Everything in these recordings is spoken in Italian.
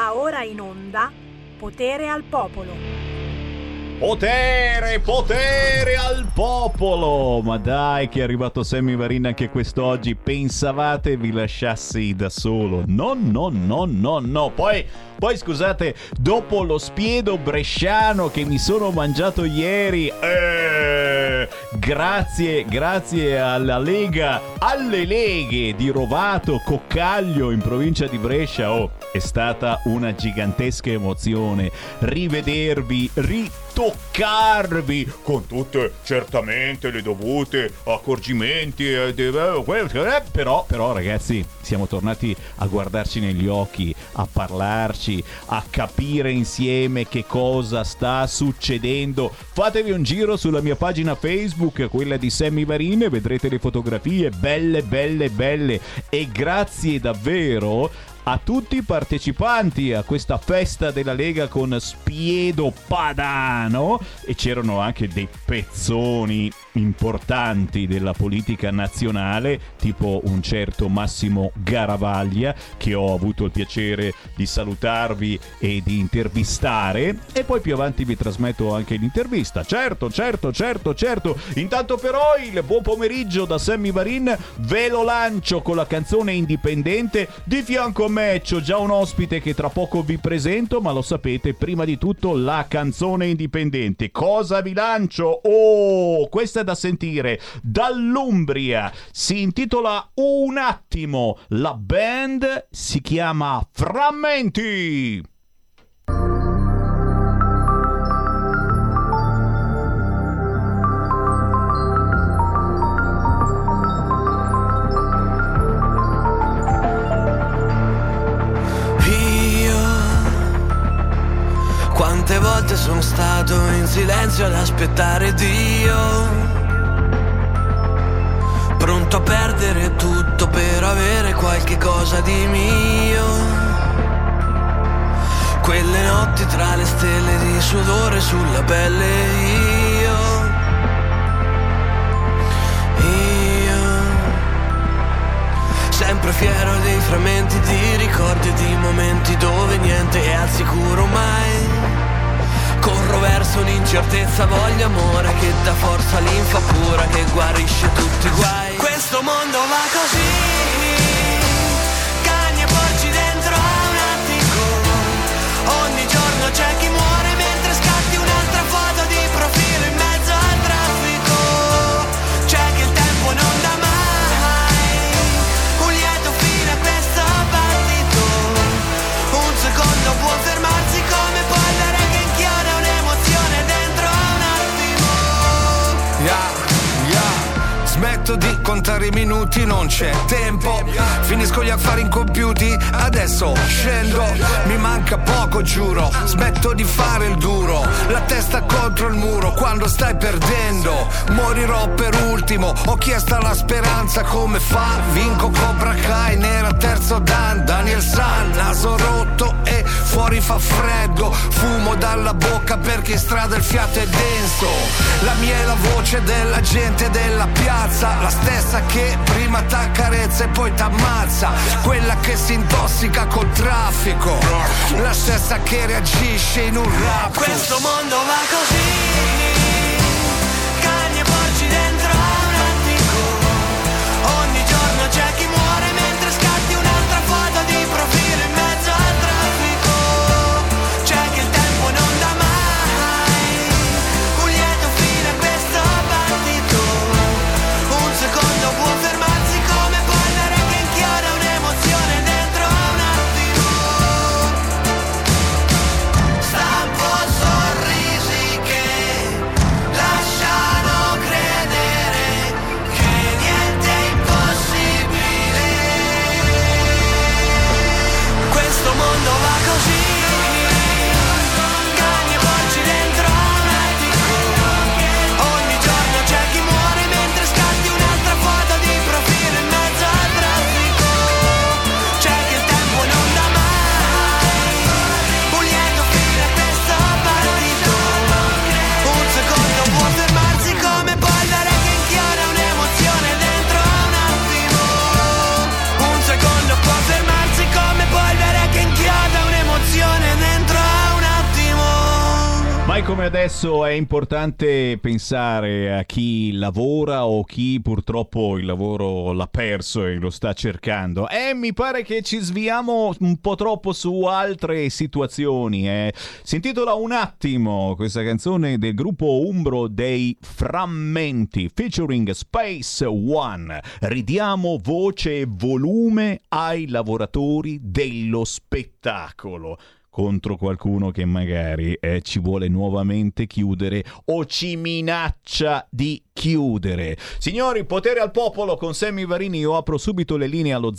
Va ora in onda Potere al Popolo. Potere al popolo! Ma dai che è arrivato Sammy Varin anche quest'oggi. Pensavate vi lasciassi da solo? No. Poi scusate, dopo lo spiedo bresciano che mi sono mangiato ieri, grazie alla Lega, alle leghe di Rovato, Coccaglio in provincia di Brescia, è stata una gigantesca emozione rivedervi, toccarvi con tutte certamente le dovute accorgimenti, però ragazzi siamo tornati a guardarci negli occhi, a parlarci, a capire insieme che cosa sta succedendo. Fatevi un giro sulla mia pagina Facebook, quella di Sammy Varin, e vedrete le fotografie belle, e grazie davvero a tutti i partecipanti a questa festa della Lega con spiedo padano, e c'erano anche dei pezzoni importanti della politica nazionale, tipo un certo Massimo Garavaglia, che ho avuto il piacere di salutarvi e di intervistare, e poi più avanti vi trasmetto anche l'intervista. Certo. Intanto però il buon pomeriggio da Sammy Varin ve lo lancio con la canzone Indipendente. Di fianco a me c'ho già un ospite che tra poco vi presento, ma lo sapete, prima di tutto la canzone Indipendente. Cosa vi lancio? Questa è da sentire dall'Umbria, si intitola Un attimo, la band si chiama Frammenti. Quante volte sono stato in silenzio ad aspettare Dio, pronto a perdere tutto per avere qualche cosa di mio. Quelle notti tra le stelle di sudore sulla pelle, io sempre fiero dei frammenti di ricordi, di momenti dove niente è al sicuro mai. Corro verso un'incertezza, voglio amore che dà forza, linfa pura che guarisce tutti i guai. Questo mondo va così, cani e porci dentro a un attico. Ogni giorno c'è chi muore mentre scatti un'altra foto di profilo in mezzo al traffico. C'è che il tempo non dà mai un lieto fine a questo battito. Un secondo può fermarsi come polvere che inchioda un'emozione dentro a un attimo. Smetto di contare i minuti, non c'è tempo. Finisco gli affari incompiuti, adesso scendo. Mi manca poco, giuro. Smetto di fare il duro, la testa contro il muro quando stai perdendo. Morirò per ultimo, ho chiesto alla speranza come fa. Vinco Cobra Kai, nera terzo dan, Daniel San. Naso rotto e fuori fa freddo. Fumo dalla bocca perché in strada il fiato è denso. La mia è la voce della gente della piazza, la stessa che prima t'accarezza e poi t'ammazza, quella che si intossica col traffico, la stessa che reagisce in un rap. Questo mondo va così, cani e porci dentro a un attico. Ogni giorno c'è chi muore mentre scatti un'altra foto di profilo in mezzo al traffico. C'è che il tempo non dà mai un lieto fine a questo battito. Un secondo può fermarsi come polvere che inchioda un'emozione dentro a un attimo. Stampo sorrisi che Mai come adesso è importante pensare a chi lavora o chi purtroppo il lavoro l'ha perso e lo sta cercando. Mi pare che ci sviamo un po' troppo su altre situazioni. Si intitola Un attimo questa canzone del gruppo umbro dei Frammenti featuring Space One. Ridiamo voce e volume ai lavoratori dello spettacolo contro qualcuno che magari ci vuole nuovamente chiudere o ci minaccia di chiudere. Signori, potere al popolo con Sammy Varini. Io apro subito le linee allo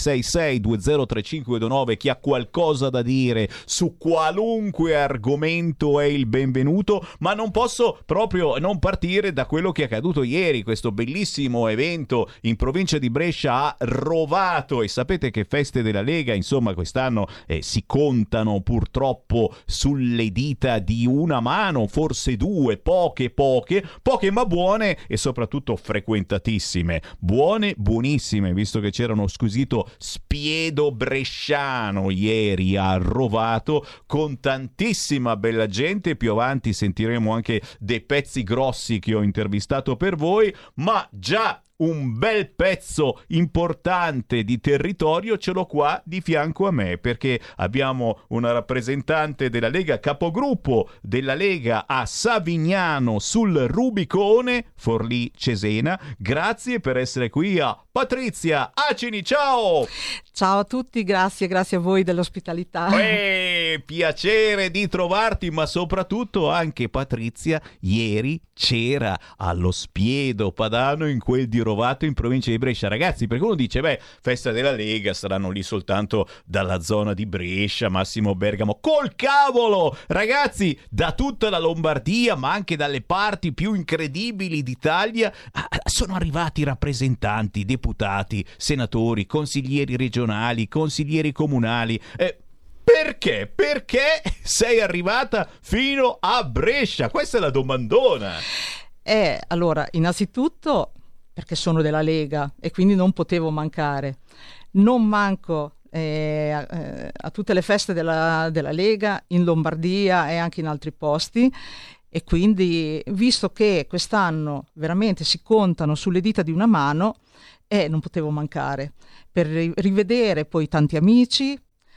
0266203529. Chi ha qualcosa da dire su qualunque argomento è il benvenuto, ma non posso proprio non partire da quello che è accaduto ieri, questo bellissimo evento in provincia di Brescia a Rovato. E sapete che feste della Lega, insomma, quest'anno si contano purtroppo sulle dita di una mano, forse due, poche ma buone e soprattutto frequentatissime, buonissime, visto che c'era uno squisito spiedo bresciano ieri a Rovato con tantissima bella gente. Più avanti sentiremo anche dei pezzi grossi che ho intervistato per voi, ma già un bel pezzo importante di territorio ce l'ho qua di fianco a me, perché abbiamo una rappresentante della Lega, capogruppo della Lega a Savignano sul Rubicone, Forlì Cesena. Grazie per essere qui a Patrizia Acini, ciao! Ciao a tutti, grazie a voi dell'ospitalità. Piacere di trovarti, ma soprattutto anche Patrizia ieri c'era allo Spiedo Padano in quel di Rovato in provincia di Brescia. Ragazzi, perché uno dice, festa della Lega, saranno lì soltanto dalla zona di Brescia, Massimo Bergamo. Col cavolo! Ragazzi, da tutta la Lombardia, ma anche dalle parti più incredibili d'Italia, sono arrivati rappresentanti, deputati, senatori, consiglieri regionali, consiglieri comunali. Perché? Perché sei arrivata fino a Brescia? Questa è la domandona. Allora, innanzitutto perché sono della Lega e quindi non potevo mancare. Non manco a tutte le feste della Lega in Lombardia e anche in altri posti, e quindi, visto che quest'anno veramente si contano sulle dita di una mano, non potevo mancare per rivedere poi tanti amici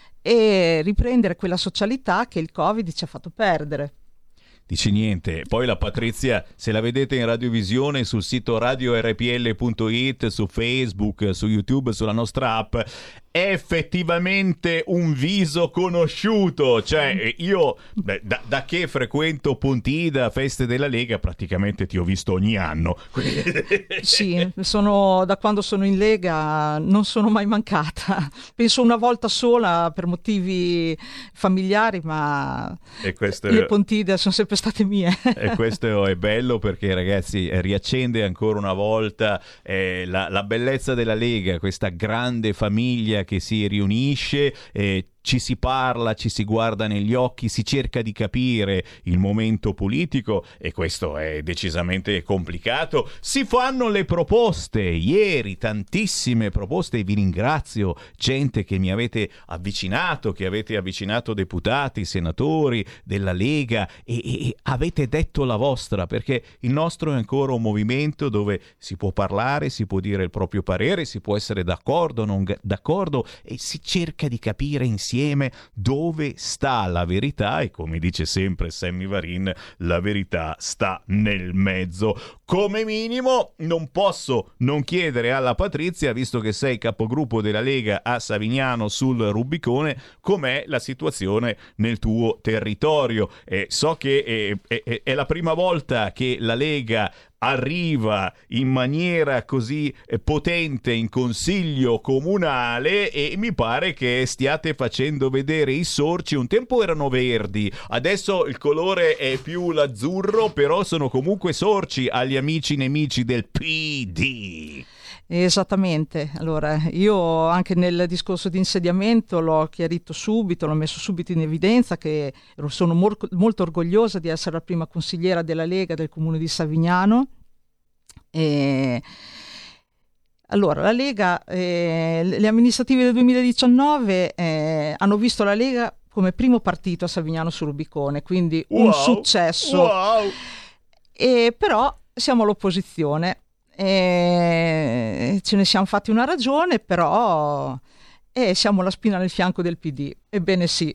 e riprendere quella socialità che il Covid ci ha fatto perdere. Dici niente, poi la Patrizia, se la vedete in radiovisione sul sito radiorpl.it, su Facebook, su YouTube, sulla nostra app, è effettivamente un viso conosciuto. Cioè, io da che frequento Pontida, feste della Lega, praticamente ti ho visto ogni anno. Sì, da quando sono in Lega non sono mai mancata. Penso una volta sola per motivi familiari, ma le Pontide sono sempre state mie. E questo è bello perché, ragazzi, riaccende ancora una volta la bellezza della Lega, questa grande famiglia che si riunisce, ci si parla, ci si guarda negli occhi, si cerca di capire il momento politico, e questo è decisamente complicato. Si fanno le proposte, ieri tantissime proposte, e vi ringrazio, gente che mi avete avvicinato, che avete avvicinato deputati, senatori della Lega, e avete detto la vostra, perché il nostro è ancora un movimento dove si può parlare, si può dire il proprio parere, si può essere d'accordo o non d'accordo, e si cerca di capire insieme dove sta la verità, e come dice sempre Sammy Varin, la verità sta nel mezzo. Come minimo non posso non chiedere alla Patrizia, visto che sei capogruppo della Lega a Savignano sul Rubicone, com'è la situazione nel tuo territorio. So che è la prima volta che la Lega arriva in maniera così potente in consiglio comunale, e mi pare che stiate facendo vedere i sorci. Un tempo erano verdi, adesso il colore è più l'azzurro, però sono comunque sorci agli amici nemici del PD. Esattamente. Allora, io anche nel discorso di insediamento l'ho chiarito subito, l'ho messo subito in evidenza che sono molto orgogliosa di essere la prima consigliera della Lega del comune di Savignano. Allora, la Lega, le amministrative del 2019 hanno visto la Lega come primo partito a Savignano sul Rubicone, quindi un successo. Però siamo all'opposizione, ce ne siamo fatti una ragione, però siamo la spina nel fianco del PD. Ebbene sì,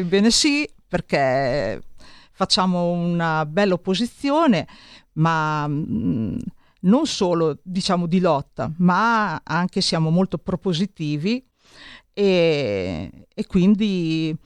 perché facciamo una bella opposizione, ma non solo diciamo di lotta, ma anche siamo molto propositivi e quindi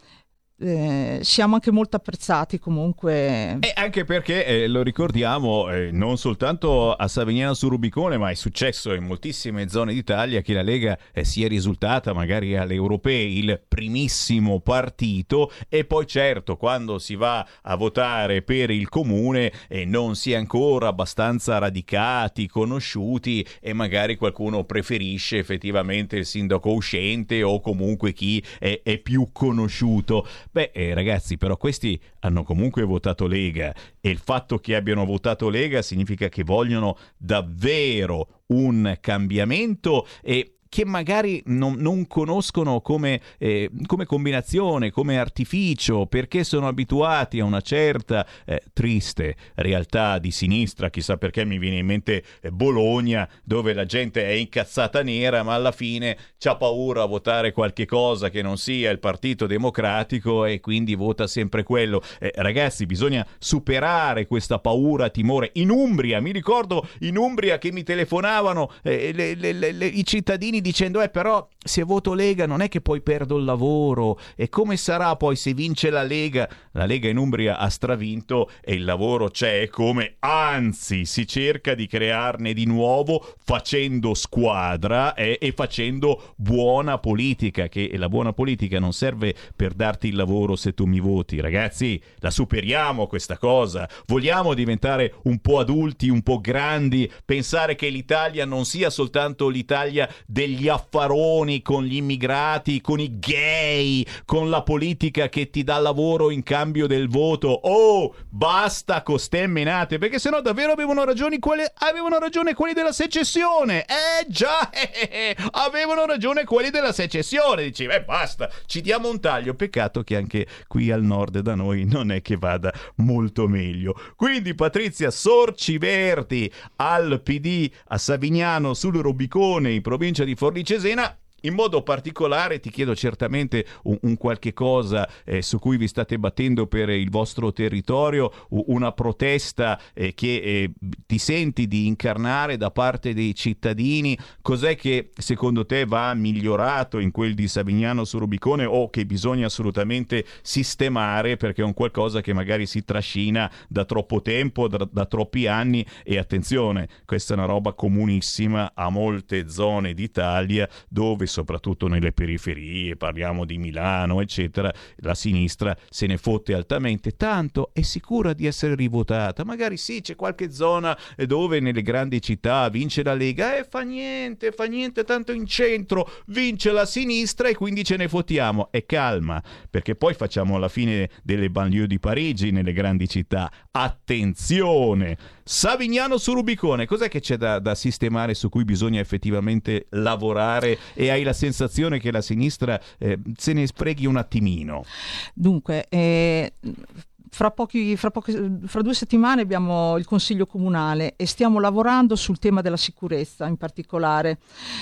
siamo anche molto apprezzati comunque. E anche perché lo ricordiamo, non soltanto a Savignano sul Rubicone, ma è successo in moltissime zone d'Italia che la Lega sia risultata magari alle europee il primissimo partito, e poi certo quando si va a votare per il comune non si è ancora abbastanza radicati, conosciuti, e magari qualcuno preferisce effettivamente il sindaco uscente o comunque chi è più conosciuto. Beh, ragazzi, però questi hanno comunque votato Lega, e il fatto che abbiano votato Lega significa che vogliono davvero un cambiamento e che magari non conoscono come combinazione, come artificio, perché sono abituati a una certa triste realtà di sinistra. Chissà perché mi viene in mente Bologna, dove la gente è incazzata nera, ma alla fine c'ha paura a votare qualche cosa che non sia il Partito Democratico e quindi vota sempre quello. Ragazzi, bisogna superare questa paura, timore. In Umbria, mi ricordo in Umbria che mi telefonavano i cittadini dicendo però se voto Lega non è che poi perdo il lavoro, e come sarà poi se vince la Lega? La Lega in Umbria ha stravinto e il lavoro c'è, come anzi si cerca di crearne di nuovo facendo squadra e facendo buona politica, che la buona politica non serve per darti il lavoro se tu mi voti. Ragazzi, la superiamo questa cosa, vogliamo diventare un po' adulti, un po' grandi, pensare che l'Italia non sia soltanto l'Italia degli affaroni con gli immigrati, con i gay, con la politica che ti dà lavoro in cambio del voto. Oh, basta con ste menate, perché sennò davvero avevano ragione quelli della secessione. Già, avevano ragione quelli della secessione. Dici, basta, ci diamo un taglio. Peccato che anche qui al nord da noi non è che vada molto meglio. Quindi Patrizia, sorci verdi al PD a Savignano sul Rubicone in provincia di Forlì Cesena. In modo particolare ti chiedo certamente un qualche cosa su cui vi state battendo per il vostro territorio, una protesta che ti senti di incarnare da parte dei cittadini. Cos'è che secondo te va migliorato in quel di Savignano sul Rubicone, o che bisogna assolutamente sistemare perché è un qualcosa che magari si trascina da troppo tempo, da troppi anni? E attenzione, questa è una roba comunissima a molte zone d'Italia dove soprattutto nelle periferie, parliamo di Milano eccetera, la sinistra se ne fotte altamente, tanto è sicura di essere rivotata. Magari sì, c'è qualche zona dove nelle grandi città vince la Lega, fa niente, tanto in centro vince la sinistra e quindi ce ne fottiamo. E calma, perché poi facciamo la fine delle banlieue di Parigi nelle grandi città. Attenzione! Savignano sul Rubicone, cos'è che c'è da sistemare, su cui bisogna effettivamente lavorare, e hai la sensazione che la sinistra se ne sprechi un attimino? Dunque, fra 2 settimane abbiamo il Consiglio Comunale e stiamo lavorando sul tema della sicurezza in particolare,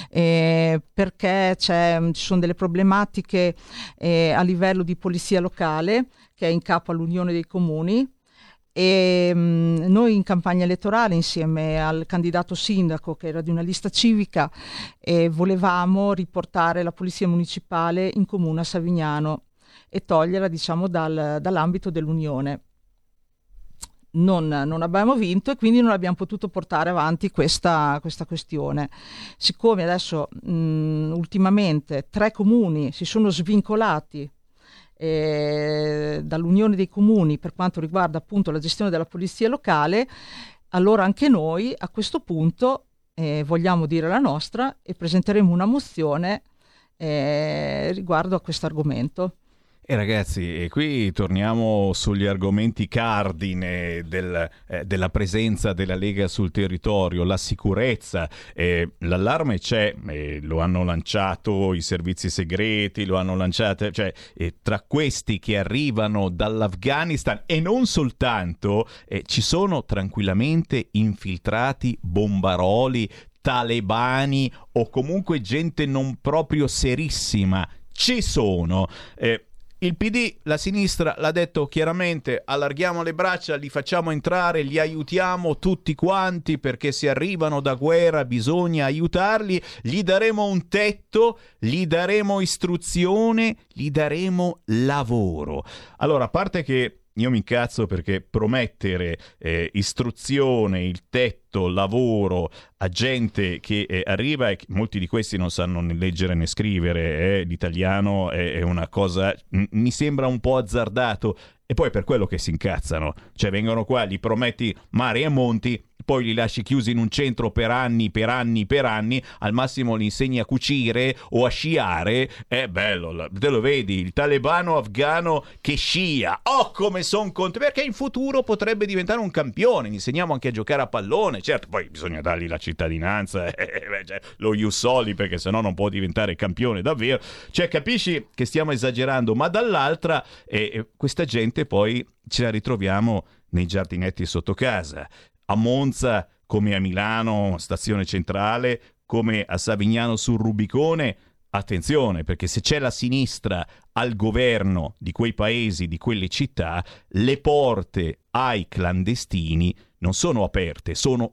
perché ci sono delle problematiche a livello di polizia locale che è in capo all'Unione dei Comuni. E noi in campagna elettorale, insieme al candidato sindaco che era di una lista civica, volevamo riportare la polizia municipale in comune a Savignano e toglierla, diciamo, dall'ambito dell'Unione. Non abbiamo vinto e quindi non abbiamo potuto portare avanti questa questione. Siccome adesso ultimamente 3 comuni si sono svincolati dall'Unione dei Comuni per quanto riguarda appunto la gestione della polizia locale, allora anche noi a questo punto vogliamo dire la nostra e presenteremo una mozione riguardo a questo argomento. Ragazzi, qui torniamo sugli argomenti cardine della presenza della Lega sul territorio, la sicurezza. L'allarme c'è, lo hanno lanciato i servizi segreti, lo hanno lanciato, cioè tra questi che arrivano dall'Afghanistan e non soltanto, ci sono tranquillamente infiltrati bombaroli, talebani o comunque gente non proprio serissima. Ci sono. Il PD, la sinistra, l'ha detto chiaramente: allarghiamo le braccia, li facciamo entrare, li aiutiamo tutti quanti, perché se arrivano da guerra bisogna aiutarli, gli daremo un tetto, gli daremo istruzione, gli daremo lavoro. Allora, a parte che io mi incazzo perché promettere istruzione, il tetto, lavoro a gente che arriva, e molti di questi non sanno né leggere né scrivere, l'italiano è una cosa, mi sembra un po' azzardato. E poi per quello che si incazzano, cioè vengono qua, gli prometti mari e monti, poi li lasci chiusi in un centro per anni, al massimo li insegni a cucire o a sciare. È bello, te lo vedi, il talebano afgano che scia. Oh, come son contento, perché in futuro potrebbe diventare un campione, gli insegniamo anche a giocare a pallone. Certo, poi bisogna dargli la cittadinanza, lo ius soli, perché sennò non può diventare campione davvero. Cioè, capisci che stiamo esagerando, ma dall'altra questa gente poi ce la ritroviamo nei giardinetti sotto casa. A Monza, come a Milano, stazione centrale, come a Savignano sul Rubicone. Attenzione, perché se c'è la sinistra al governo di quei paesi, di quelle città, le porte ai clandestini non sono aperte, sono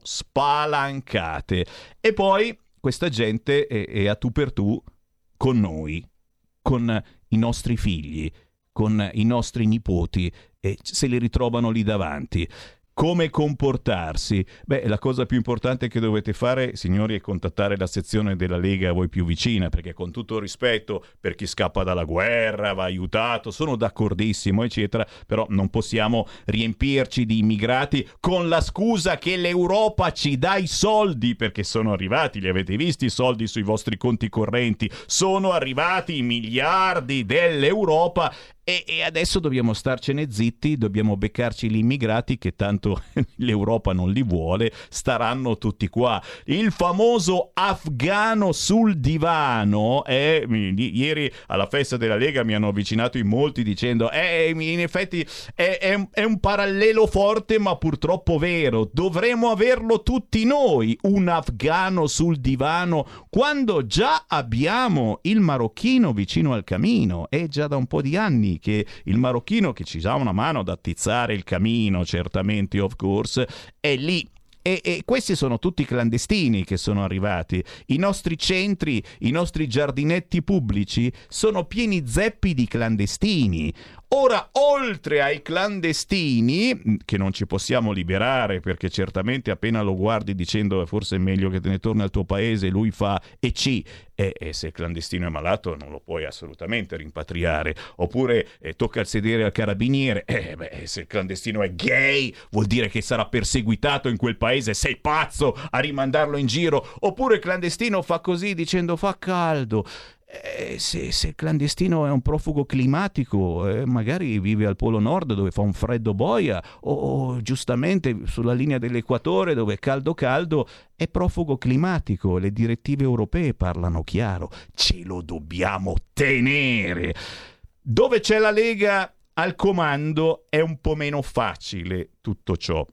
spalancate. E poi questa gente è a tu per tu con noi, con i nostri figli, con i nostri nipoti, e se li ritrovano lì davanti. Come comportarsi? Beh, la cosa più importante che dovete fare, signori, è contattare la sezione della Lega a voi più vicina, perché con tutto il rispetto per chi scappa dalla guerra, va aiutato, sono d'accordissimo, eccetera, però non possiamo riempirci di immigrati con la scusa che l'Europa ci dà i soldi, perché sono arrivati, li avete visti i soldi sui vostri conti correnti, sono arrivati i miliardi dell'Europa. E adesso dobbiamo starcene zitti, dobbiamo beccarci gli immigrati che tanto l'Europa non li vuole, staranno tutti qua. Il famoso afgano sul divano, ieri alla festa della Lega mi hanno avvicinato in molti dicendo in effetti è un parallelo forte ma purtroppo vero, dovremmo averlo tutti noi, un afgano sul divano, quando già abbiamo il marocchino vicino al camino. È già da un po' di anni che il marocchino, che ci dà una mano ad attizzare il camino, certamente, of course, è lì. E questi sono tutti clandestini che sono arrivati. I nostri centri, i nostri giardinetti pubblici sono pieni zeppi di clandestini. Ora, oltre ai clandestini, che non ci possiamo liberare, perché certamente appena lo guardi dicendo forse è meglio che te ne torni al tuo paese, lui fa e se il clandestino è malato non lo puoi assolutamente rimpatriare. Oppure tocca il sedere al carabiniere, se il clandestino è gay vuol dire che sarà perseguitato in quel paese, sei pazzo a rimandarlo in giro. Oppure il clandestino fa così dicendo fa caldo. Se il clandestino è un profugo climatico, magari vive al Polo Nord dove fa un freddo boia, o giustamente sulla linea dell'equatore dove è caldo, è profugo climatico. Le direttive europee parlano chiaro, ce lo dobbiamo tenere. Dove c'è la Lega al comando è un po' meno facile tutto ciò,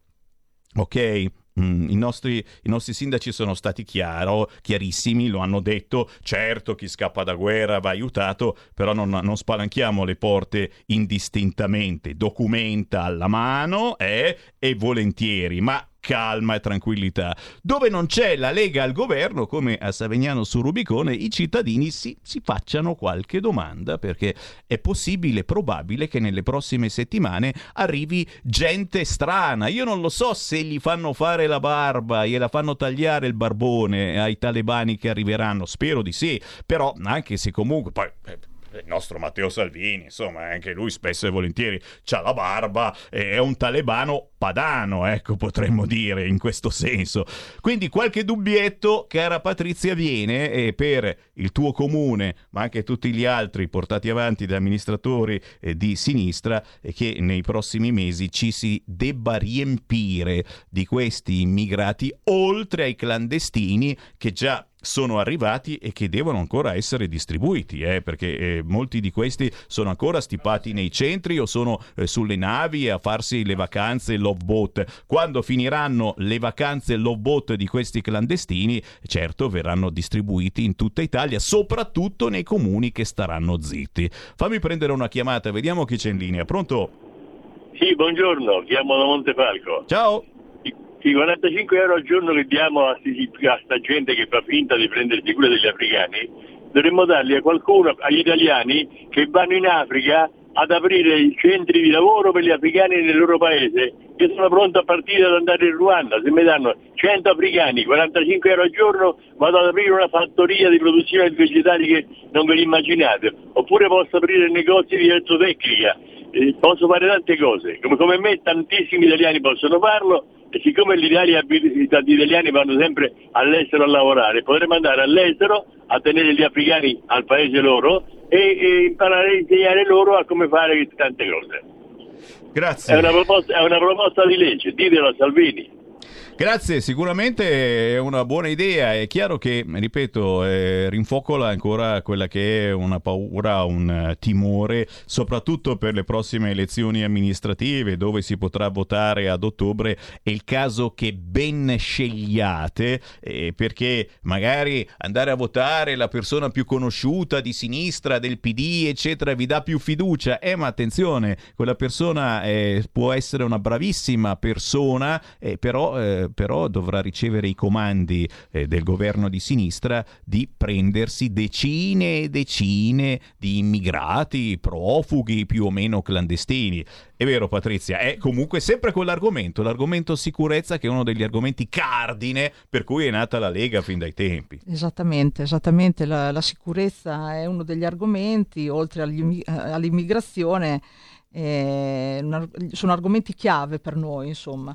ok? I nostri sindaci sono stati chiarissimi, lo hanno detto: certo, chi scappa da guerra va aiutato, però non spalanchiamo le porte indistintamente, documenta alla mano e volentieri, ma calma e tranquillità. Dove non c'è la Lega al governo, come a Savignano sul Rubicone, i cittadini si facciano qualche domanda, perché è possibile, probabile che nelle prossime settimane arrivi gente strana. Io non lo so se gli fanno fare la barba, gliela fanno tagliare il barbone ai talebani che arriveranno, spero di sì, però anche se comunque poi nostro Matteo Salvini, insomma, anche lui spesso e volentieri c'ha la barba, è un talebano padano, ecco, potremmo dire in questo senso. Quindi qualche dubbietto, cara Patrizia, viene per il tuo comune, ma anche tutti gli altri portati avanti da amministratori di sinistra, che nei prossimi mesi ci si debba riempire di questi immigrati, oltre ai clandestini che già sono arrivati e che devono ancora essere distribuiti, perché molti di questi sono ancora stipati nei centri o sono sulle navi a farsi le vacanze love boat. Quando finiranno le vacanze love boat di questi clandestini, certo verranno distribuiti in tutta Italia, soprattutto nei comuni che staranno zitti. Fammi prendere una chiamata, vediamo chi c'è in linea. Pronto? Sì, buongiorno, chiamo da Montefalco. Ciao. I 45 euro al giorno che diamo a sta gente che fa finta di prendersi cura degli africani, dovremmo darli a qualcuno, agli italiani che vanno in Africa ad aprire i centri di lavoro per gli africani nel loro paese. Io sono pronto a partire ad andare in Ruanda, se mi danno 100 africani, 45 euro al giorno, vado ad aprire una fattoria di produzione di vegetali che non ve li immaginate, oppure posso aprire negozi di elettrotecnica, posso fare tante cose, come me tantissimi italiani possono farlo. E siccome l'Italia, gli italiani vanno sempre all'estero a lavorare, potremmo andare all'estero a tenere gli africani al paese loro e imparare a insegnare loro a come fare tante cose. Grazie. È una proposta di legge, ditelo a Salvini. Grazie, sicuramente è una buona idea. È chiaro che, ripeto, rinfocola ancora quella che è una paura, un timore, soprattutto per le prossime elezioni amministrative, dove si potrà votare ad ottobre. È il caso che ben scegliate, perché magari andare a votare la persona più conosciuta di sinistra, del PD, eccetera, vi dà più fiducia. Ma attenzione, quella persona può essere una bravissima persona, però dovrà ricevere i comandi del governo di sinistra di prendersi decine e decine di immigrati, profughi più o meno clandestini. È vero, Patrizia, è comunque sempre l'argomento sicurezza, che è uno degli argomenti cardine per cui è nata la Lega fin dai tempi. Esattamente, la sicurezza è uno degli argomenti, oltre all'immigrazione, sono argomenti chiave per noi, insomma.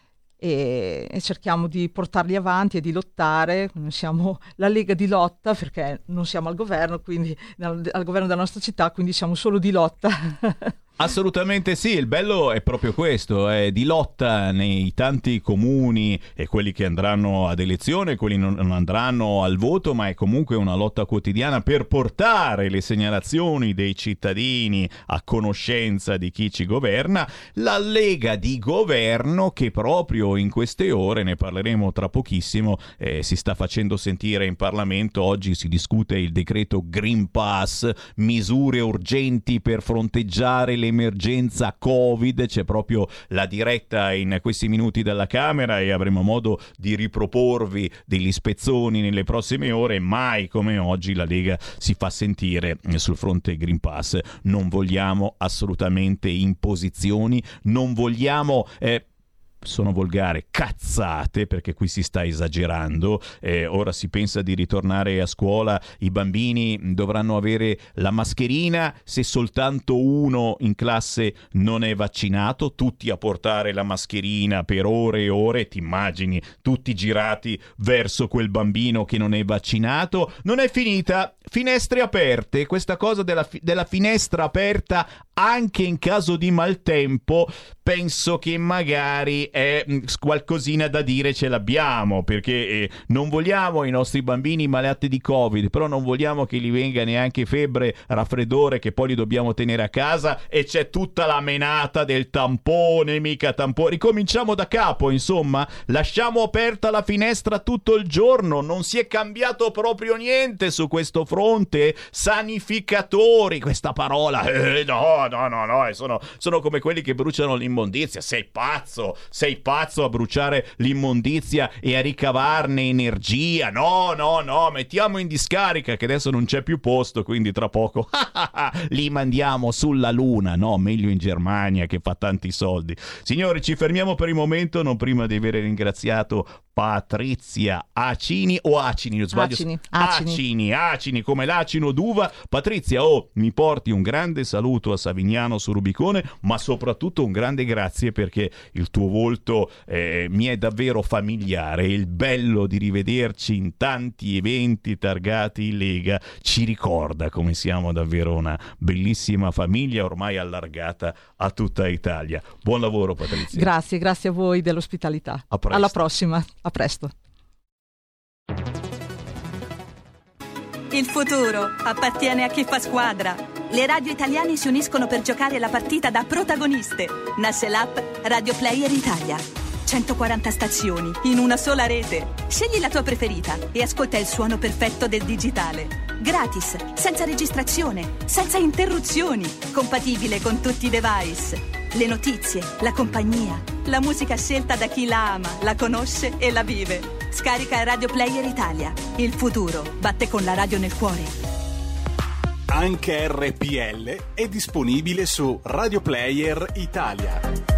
E cerchiamo di portarli avanti e di lottare. Siamo la Lega di lotta, perché non siamo al governo, quindi al governo della nostra città, quindi siamo solo di lotta. Assolutamente sì, il bello è proprio questo, è di lotta nei tanti comuni, e quelli che andranno ad elezione, quelli non andranno al voto, ma è comunque una lotta quotidiana per portare le segnalazioni dei cittadini a conoscenza di chi ci governa. La Lega di governo, che proprio in queste ore, ne parleremo tra pochissimo, si sta facendo sentire in Parlamento. Oggi si discute il decreto Green Pass, misure urgenti per fronteggiare l'emergenza Covid. C'è proprio la diretta in questi minuti dalla Camera e avremo modo di riproporvi degli spezzoni nelle prossime ore. Mai come oggi la Lega si fa sentire sul fronte Green Pass. Non vogliamo assolutamente imposizioni, non vogliamo sono volgare, cazzate, perché qui si sta esagerando. Ora si pensa di ritornare a scuola, i bambini dovranno avere la mascherina se soltanto uno in classe non è vaccinato, tutti a portare la mascherina per ore e ore. Ti immagini tutti girati verso quel bambino che non è vaccinato? Non è finita, finestre aperte, questa cosa della finestra aperta anche in caso di maltempo, penso che magari qualcosina da dire ce l'abbiamo, perché non vogliamo i nostri bambini malati di Covid, però non vogliamo che gli venga neanche febbre, raffreddore, che poi li dobbiamo tenere a casa, e c'è tutta la menata del tampone, mica tampone. Ricominciamo da capo, insomma, lasciamo aperta la finestra tutto il giorno, non si è cambiato proprio niente su questo fronte. Sanificatori, questa parola, no, sono come quelli che bruciano l'immondizia. Sei pazzo, sei pazzo a bruciare l'immondizia e a ricavarne energia? No, mettiamo in discarica che adesso non c'è più posto, quindi tra poco li mandiamo sulla luna. No, meglio in Germania che fa tanti soldi. Signori, ci fermiamo per il momento, non prima di aver ringraziato Patrizia Acini o Acini, non sbaglio. Acini, come l'acino d'uva. Patrizia, mi porti un grande saluto a Savignano su Rubicone, ma soprattutto un grande grazie, perché il tuo volto mi è davvero familiare. Il bello di rivederci in tanti eventi targati in Lega ci ricorda come siamo davvero una bellissima famiglia ormai allargata a tutta Italia. Buon lavoro, Patrizia. Grazie a voi dell'ospitalità. Alla prossima. A presto. Il futuro appartiene a chi fa squadra. Le radio italiane si uniscono per giocare la partita da protagoniste. Nasce l'app Radio Player Italia. 140 stazioni in una sola rete. Scegli la tua preferita e ascolta il suono perfetto del digitale. Gratis, senza registrazione, senza interruzioni. Compatibile con tutti i device. Le notizie, la compagnia, la musica scelta da chi la ama, la conosce e la vive. Scarica Radio Player Italia. Il futuro batte con la radio nel cuore. Anche RPL è disponibile su Radio Player Italia.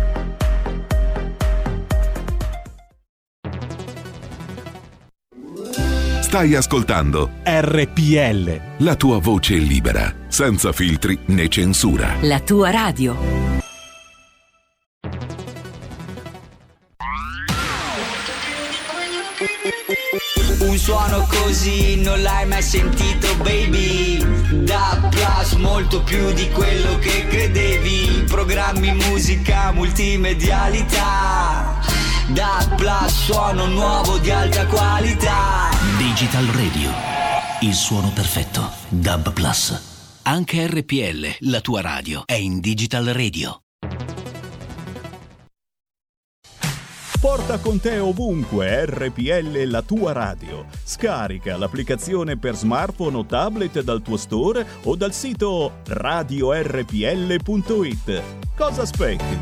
Stai ascoltando RPL, la tua voce libera, senza filtri né censura. La tua radio. Un suono così non l'hai mai sentito, baby. Da Plus, molto più di quello che credevi. Programmi, musica, multimedialità. Da Plus, suono nuovo di alta qualità. Digital Radio, il suono perfetto. DAB Plus. Anche RPL, la tua radio, è in Digital Radio. Porta con te ovunque RPL, la tua radio. Scarica l'applicazione per smartphone o tablet dal tuo store o dal sito radiorpl.it. Cosa aspetti?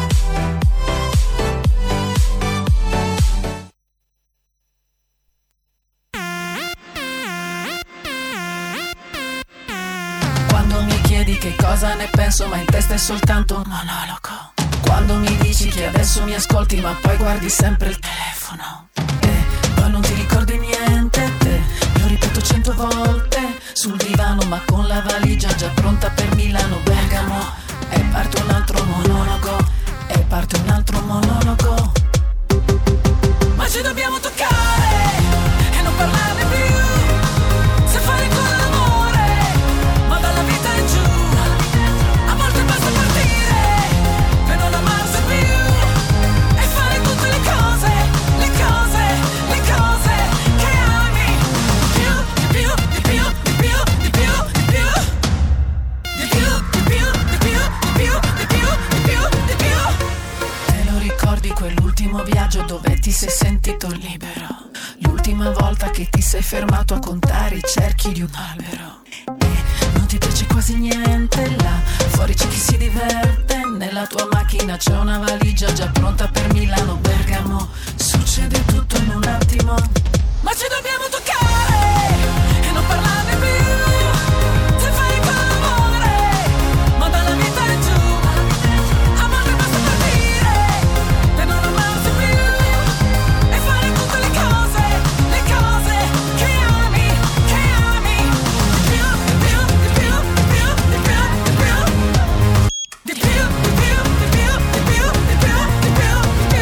Quando mi chiedi che cosa ne penso, ma in testa è soltanto un monologo. Quando mi dici che adesso mi ascolti ma poi guardi sempre il telefono e poi non ti ricordi niente, te lo ripeto 100 volte sul divano ma con la valigia già pronta per Milano Bergamo. E parte un altro monologo, e parte un altro monologo. Ma ci dobbiamo toccare e non parlarne più. Se fare ancora l'amore, ma dalla vita in giù. A volte basta partire per non amarsi più e fare tutte le cose, le cose, le cose che ami. Di più, di più, di più, di più, di più, di più, di più, di più, di più, di più, di più, di più. Te lo ricordi quell'ultimo viaggio dove ti sei sentito libero? L'ultima volta che ti sei fermato a contare i cerchi di un albero. E non ti piace quasi niente là, fuori c'è chi si diverte. Nella tua macchina c'è una valigia già pronta per Milano Bergamo. Succede tutto in un attimo, ma ci dobbiamo toccare e non parlarne più. Se fai con l'amore, ma dalla vita in giù. A volte basta partire per non amarsi più e fare tutte le cose che ami, che ami. Di più, di più, di più, di più, di più, di più. Di più, di più, di più, di più, di più, di più, di più.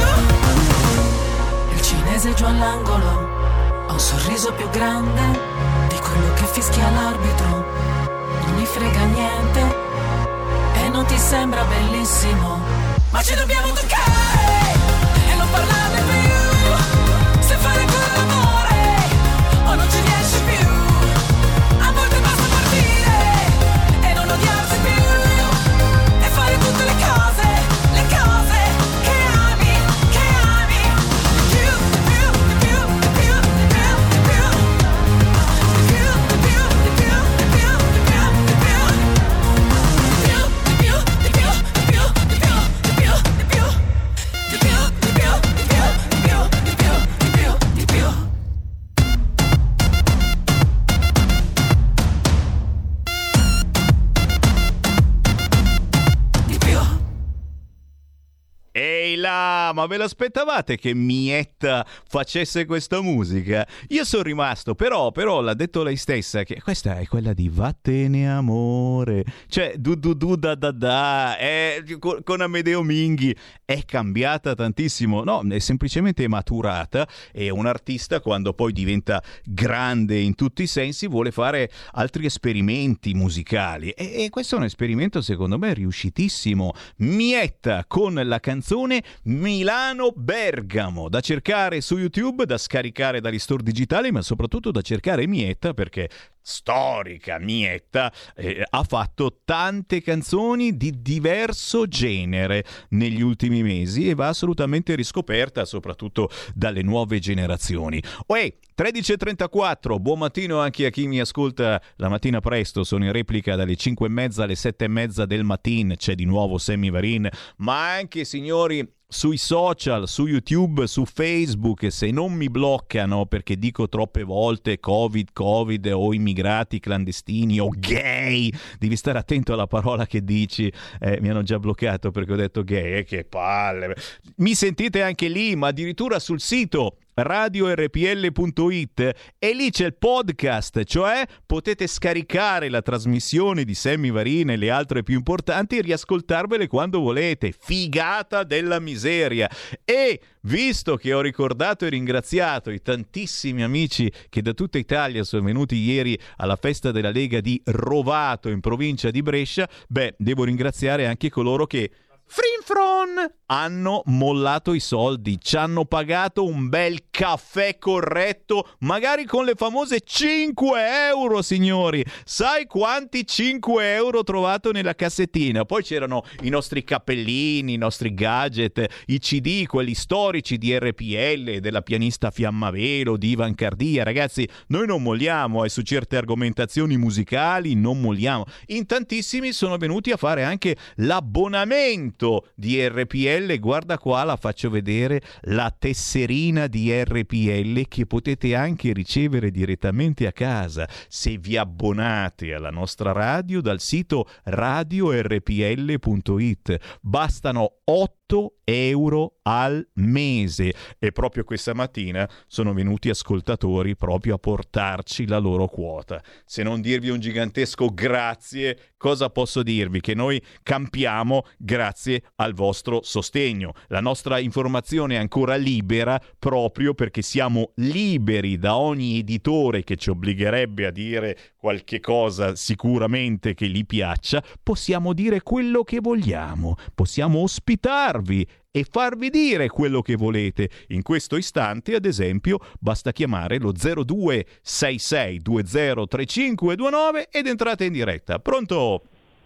Il cinese giù all'angolo ha un sorriso più grande di quello che fischia l'arbitro. Non mi frega niente e non ti sembra bellissimo, ma ci dobbiamo toccare e non parlarne più. Se fare ancora l'amore o non ci riesci più. A volte basta partire e non odiarsi più e fare tutte le cose che ami, che ami. Di più, di più, di più, di più, di più, di più. Di più, di più, di più, di più, di più, di più. Di più, di più, di più, di più, di più, di più, di più. Ehi là, ma ve l'aspettavate che Mietta facesse questa musica? Io sono rimasto, però l'ha detto lei stessa, che questa è quella di Vattene amore, cioè con Amedeo Minghi è cambiata tantissimo, no, è semplicemente maturata, e un artista quando poi diventa grande in tutti i sensi vuole fare altri esperimenti musicali, e questo è un esperimento secondo me riuscitissimo. Mietta con la canzone Milano-Bergamo, da cercare su YouTube, da scaricare dagli store digitali, ma soprattutto da cercare Mietta, perché storica Mietta ha fatto tante canzoni di diverso genere negli ultimi mesi e va assolutamente riscoperta soprattutto dalle nuove generazioni. 13.34, buon mattino anche a chi mi ascolta la mattina presto, sono in replica dalle 5:30 alle 7:30 del mattino, c'è di nuovo Sammy Varin, ma anche signori sui social, su YouTube, su Facebook, se non mi bloccano perché dico troppe volte Covid o immigrati clandestini o gay, devi stare attento alla parola che dici, mi hanno già bloccato perché ho detto gay, che palle, mi sentite anche lì, ma addirittura sul sito radiorpl.it, e lì c'è il podcast, cioè potete scaricare la trasmissione di Sammy Varin e le altre più importanti e riascoltarvele quando volete. Figata della miseria. E visto che ho ricordato e ringraziato i tantissimi amici che da tutta Italia sono venuti ieri alla festa della Lega di Rovato in provincia di Brescia, devo ringraziare anche coloro che Frinfron hanno mollato i soldi, ci hanno pagato un bel caffè corretto, magari con le famose 5 euro, signori. Sai quanti 5 euro ho trovato nella cassettina? Poi c'erano i nostri cappellini, i nostri gadget, i CD, quelli storici di RPL, della pianista Fiammavelo, di Ivan Cardia. Ragazzi, noi non molliamo, su certe argomentazioni musicali non molliamo. In tantissimi sono venuti a fare anche l'abbonamento di RPL. Guarda qua, la faccio vedere, la tesserina di RPL che potete anche ricevere direttamente a casa se vi abbonate alla nostra radio dal sito radiorpl.it. Bastano 8 euro al mese, e proprio questa mattina sono venuti ascoltatori proprio a portarci la loro quota. Se non dirvi un gigantesco grazie, cosa posso dirvi? Che noi campiamo grazie al vostro sostegno. La nostra informazione è ancora libera proprio perché siamo liberi da ogni editore che ci obbligherebbe a dire qualche cosa sicuramente che gli piaccia. Possiamo dire quello che vogliamo, possiamo ospitarvi e farvi dire quello che volete. In questo istante, ad esempio, basta chiamare lo 0266203529 ed entrate in diretta. Pronto?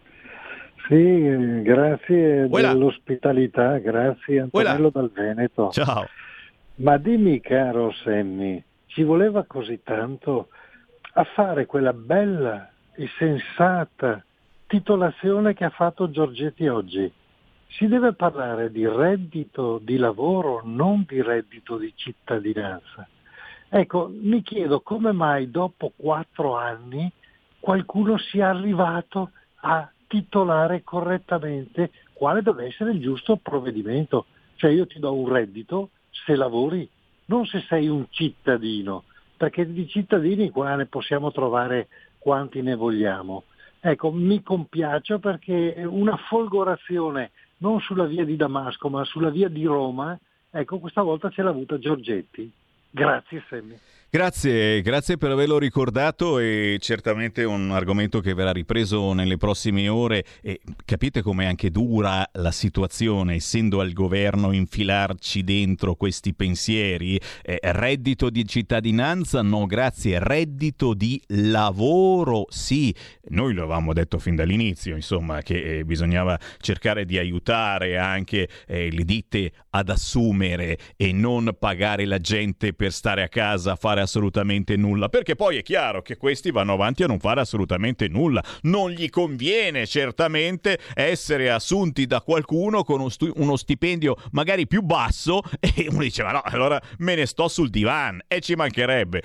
Sì, grazie dell'ospitalità, grazie Antonello dal Veneto. Ciao. Ma dimmi, caro Sammy, ci voleva così tanto a fare quella bella e sensata titolazione che ha fatto Giorgetti oggi? Si deve parlare di reddito di lavoro, non di reddito di cittadinanza. Ecco, mi chiedo come mai dopo 4 anni qualcuno sia arrivato a titolare correttamente quale deve essere il giusto provvedimento. Cioè io ti do un reddito se lavori, non se sei un cittadino, perché di cittadini qua ne possiamo trovare quanti ne vogliamo. Ecco, mi compiaccio perché una folgorazione non sulla via di Damasco ma sulla via di Roma, ecco, questa volta ce l'ha avuta Giorgetti. Grazie Sammy. Grazie per averlo ricordato, e certamente un argomento che verrà ripreso nelle prossime ore. E capite com'è anche dura la situazione, essendo al governo infilarci dentro questi pensieri. Reddito di cittadinanza no grazie, reddito di lavoro sì. Noi lo avevamo detto fin dall'inizio, insomma, che bisognava cercare di aiutare anche le ditte ad assumere e non pagare la gente per stare a casa a fare assolutamente nulla, perché poi è chiaro che questi vanno avanti a non fare assolutamente nulla. Non gli conviene certamente essere assunti da qualcuno con uno stipendio magari più basso, e uno dice ma no, allora me ne sto sul divan, e ci mancherebbe.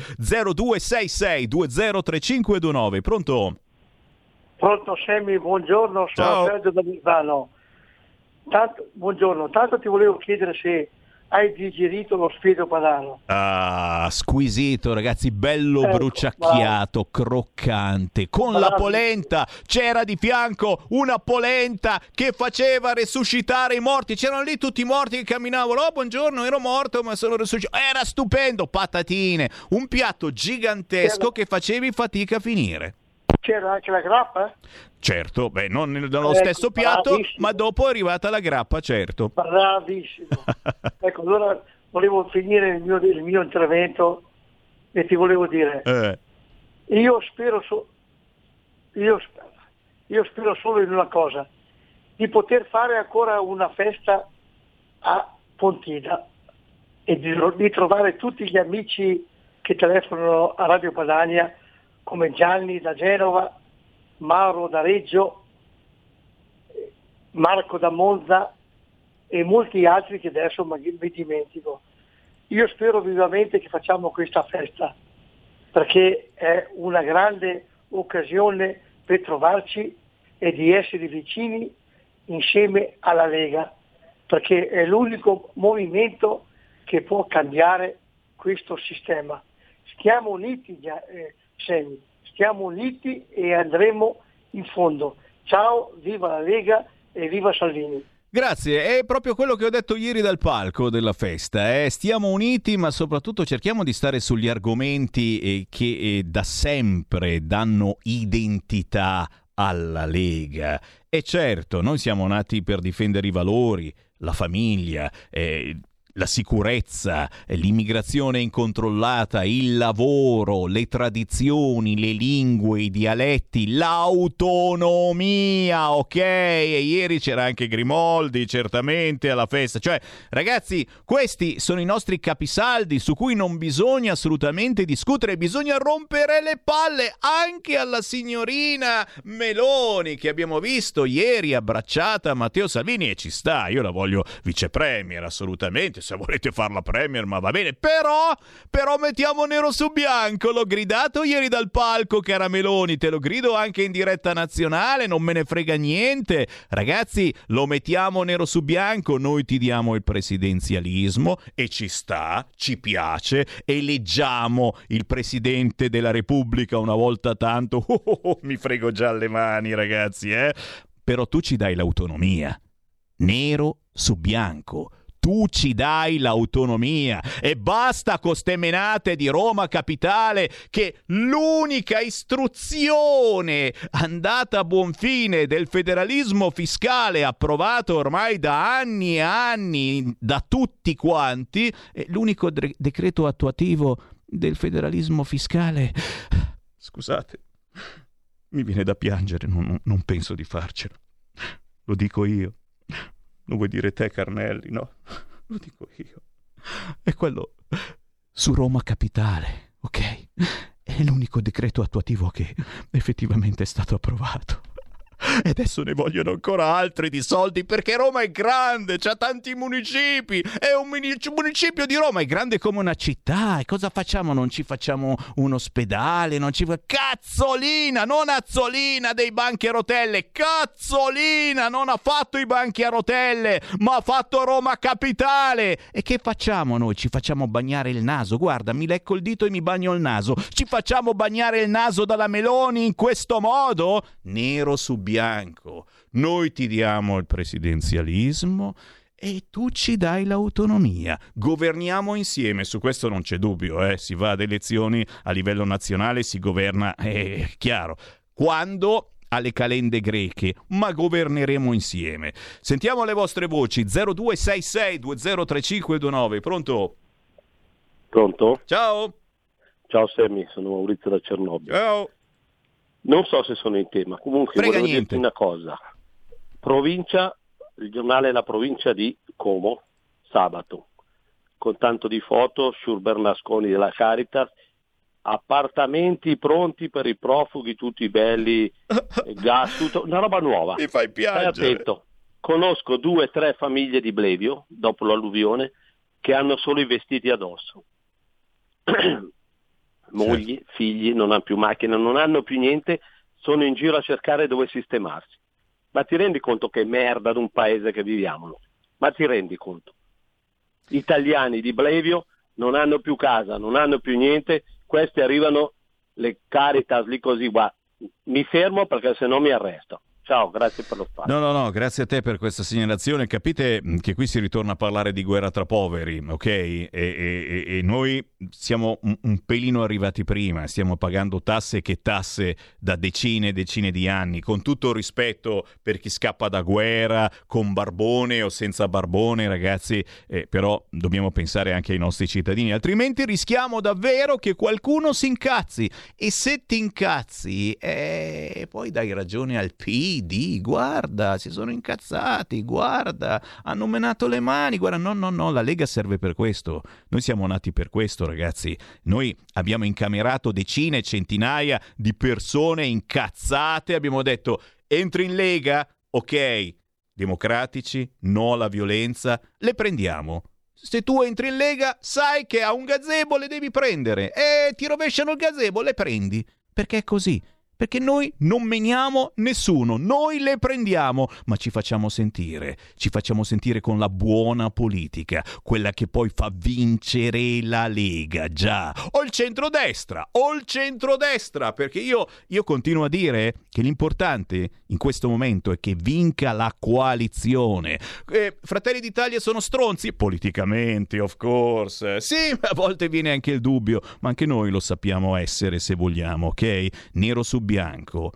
Buongiorno, tanto ti volevo chiedere se hai digerito lo spiedo padano. Ah, squisito, ragazzi, bello bruciacchiato, croccante, con la polenta. C'era di fianco una polenta che faceva resuscitare i morti. C'erano lì tutti i morti che camminavano. Oh, buongiorno, ero morto, ma sono resuscitato. Era stupendo, patatine, un piatto gigantesco che facevi fatica a finire. C'era anche la grappa? Certo, beh, non nello stesso piatto, bravissimo. Ma dopo è arrivata la grappa, certo. Bravissimo. Ecco, allora volevo finire il mio intervento e ti volevo dire, io spero solo in una cosa, di poter fare ancora una festa a Pontida e di trovare tutti gli amici che telefonano a Radio Padania, come Gianni da Genova, Mauro da Reggio, Marco da Monza e molti altri che adesso mi dimentico. Io spero vivamente che facciamo questa festa, perché è una grande occasione per trovarci e di essere vicini insieme alla Lega, perché è l'unico movimento che può cambiare questo sistema. Stiamo uniti, stiamo uniti e andremo in fondo. Ciao, viva la Lega e viva Salvini. Grazie, è proprio quello che ho detto ieri dal palco della festa. Stiamo uniti, ma soprattutto cerchiamo di stare sugli argomenti che da sempre danno identità alla Lega. E certo, noi siamo nati per difendere i valori, la famiglia, la sicurezza, l'immigrazione incontrollata, il lavoro, le tradizioni, le lingue, i dialetti, l'autonomia, ok? E ieri c'era anche Grimoldi, certamente, alla festa. Cioè, ragazzi, questi sono i nostri capisaldi su cui non bisogna assolutamente discutere, bisogna rompere le palle anche alla signorina Meloni, che abbiamo visto ieri abbracciata a Matteo Salvini, e ci sta, io la voglio vice premier, assolutamente. Se volete farla premier, ma va bene, però mettiamo nero su bianco. L'ho gridato ieri dal palco, cara Meloni, te lo grido anche in diretta nazionale, non me ne frega niente. Ragazzi, lo mettiamo nero su bianco, noi ti diamo il presidenzialismo e ci sta, ci piace, eleggiamo il Presidente della Repubblica una volta tanto. Mi frego già le mani, ragazzi, Però tu ci dai l'autonomia, nero su bianco. Tu ci dai l'autonomia e basta con ste menate di Roma Capitale, che l'unica istruzione andata a buon fine del federalismo fiscale approvato ormai da anni e anni da tutti quanti, l'unico decreto attuativo del federalismo fiscale, scusate, mi viene da piangere, non penso di farcelo, lo dico io. Lo vuoi dire te, Carnelli? No, lo dico io. È quello su Roma Capitale, ok? È l'unico decreto attuativo che effettivamente è stato approvato. E adesso ne vogliono ancora altri di soldi, perché Roma è grande, c'ha tanti municipi, è un municipio di Roma, è grande come una città. E cosa facciamo? Non ci facciamo un ospedale, non ci cazzolina, non azzolina dei banchi a rotelle, cazzolina, non ha fatto i banchi a rotelle, ma ha fatto Roma Capitale. E che facciamo noi? Ci facciamo bagnare il naso? Guarda, mi lecco il dito e mi bagno il naso. Ci facciamo bagnare il naso dalla Meloni in questo modo? Nero su bianco, noi ti diamo il presidenzialismo e tu ci dai l'autonomia. Governiamo insieme, su questo non c'è dubbio, si va ad elezioni a livello nazionale, si governa, è chiaro, quando alle calende greche, ma governeremo insieme. Sentiamo le vostre voci. 0266 203529. Pronto? Pronto? Ciao. Ciao Sammy, sono Maurizio da Cernobbio. Ciao. Non so se sono in tema, comunque volevo dirti una cosa. Provincia, il giornale La Provincia di Como, sabato, con tanto di foto, Sciur Bernasconi della Caritas, appartamenti pronti per i profughi, tutti belli, gas, tutto, una roba nuova. Mi fai piangere. Stai attento, conosco 2 o 3 famiglie di Blevio, dopo l'alluvione, che hanno solo i vestiti addosso. Mogli, figli, non hanno più macchine, non hanno più niente, sono in giro a cercare dove sistemarsi. Ma ti rendi conto che merda d'un paese che viviamo? Ma ti rendi conto? Gli italiani di Blevio non hanno più casa, non hanno più niente, questi arrivano le Caritas lì così, mi fermo perché se no mi arresto. Ciao, grazie per lo spazio. No, grazie a te per questa segnalazione. Capite che qui si ritorna a parlare di guerra tra poveri, ok? E noi siamo un pelino arrivati prima, stiamo pagando tasse che tasse da decine e decine di anni, con tutto il rispetto per chi scappa da guerra, con barbone o senza barbone, ragazzi, però dobbiamo pensare anche ai nostri cittadini, altrimenti rischiamo davvero che qualcuno si incazzi. E se ti incazzi, poi dai ragione al PD. Guarda, si sono incazzati, guarda, hanno menato le mani, guarda, no, la Lega serve per questo, noi siamo nati per questo, ragazzi, noi abbiamo incamerato decine, centinaia di persone incazzate, abbiamo detto entri in Lega, ok, democratici, no alla violenza, le prendiamo. Se tu entri in Lega sai che a un gazebo le devi prendere e ti rovesciano il gazebo, le prendi, perché è così. Perché noi non meniamo nessuno, noi le prendiamo, ma ci facciamo sentire con la buona politica, quella che poi fa vincere la Lega, già, o il centrodestra, perché io continuo a dire che l'importante in questo momento è che vinca la coalizione. Fratelli d'Italia sono stronzi? Politicamente, of course, sì, a volte viene anche il dubbio, ma anche noi lo sappiamo essere se vogliamo, ok? Nero su bianco,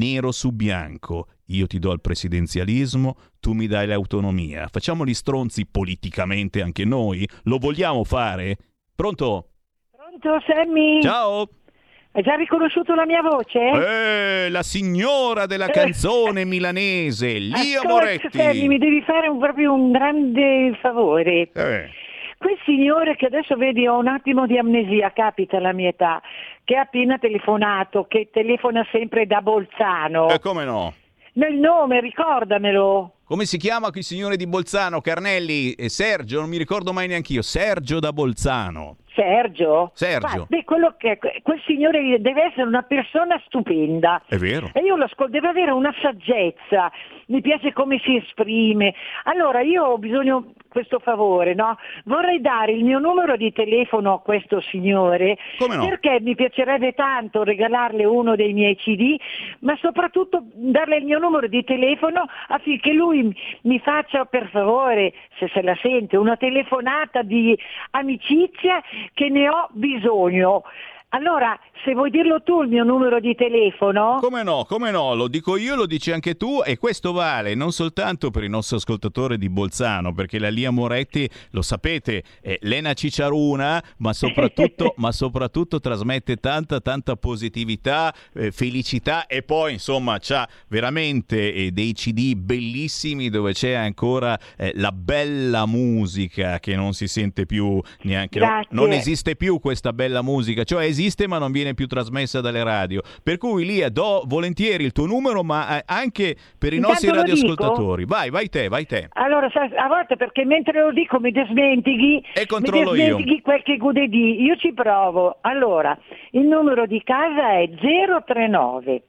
io ti do il presidenzialismo, tu mi dai l'autonomia. Facciamo gli stronzi politicamente anche noi? Lo vogliamo fare? Pronto? Pronto, Sammy? Ciao! Hai già riconosciuto la mia voce? La signora della canzone milanese, Lia Ascolta, Moretti! Sammy, mi devi fare proprio un grande favore. Quel signore che adesso vedi ho un attimo di amnesia, capita alla mia età, che ha appena telefonato, che telefona sempre da Bolzano. Come no? Nel nome, ricordamelo. Come si chiama quel signore di Bolzano, Carnelli? Sergio, non mi ricordo mai neanch'io. Sergio da Bolzano. Sergio? Beh, quel signore deve essere una persona stupenda. È vero. E io lo ascolto, deve avere una saggezza, mi piace come si esprime. Allora, io ho bisogno questo favore, no? Vorrei dare il mio numero di telefono a questo signore. Come no? Perché mi piacerebbe tanto regalarle uno dei miei CD, ma soprattutto darle il mio numero di telefono affinché lui mi faccia, per favore, se la sente, una telefonata di amicizia, che ne ho bisogno. Allora, se vuoi dirlo tu il mio numero di telefono? Come no, lo dico io, lo dici anche tu, e questo vale non soltanto per il nostro ascoltatore di Bolzano, perché la Lia Moretti, lo sapete, è Lena Cicciaruna, ma soprattutto trasmette tanta positività, felicità, e poi insomma c'ha veramente dei CD bellissimi dove c'è ancora la bella musica che non si sente più neanche, non esiste più questa bella musica, cioè esiste ma non viene più trasmessa dalle radio, per cui Lia, do volentieri il tuo numero, ma anche per i nostri radioascoltatori. Vai te. Allora, a volte perché mentre lo dico mi desmentighi e controllo io quel che gudedì, io ci provo. Allora, il numero di casa è 039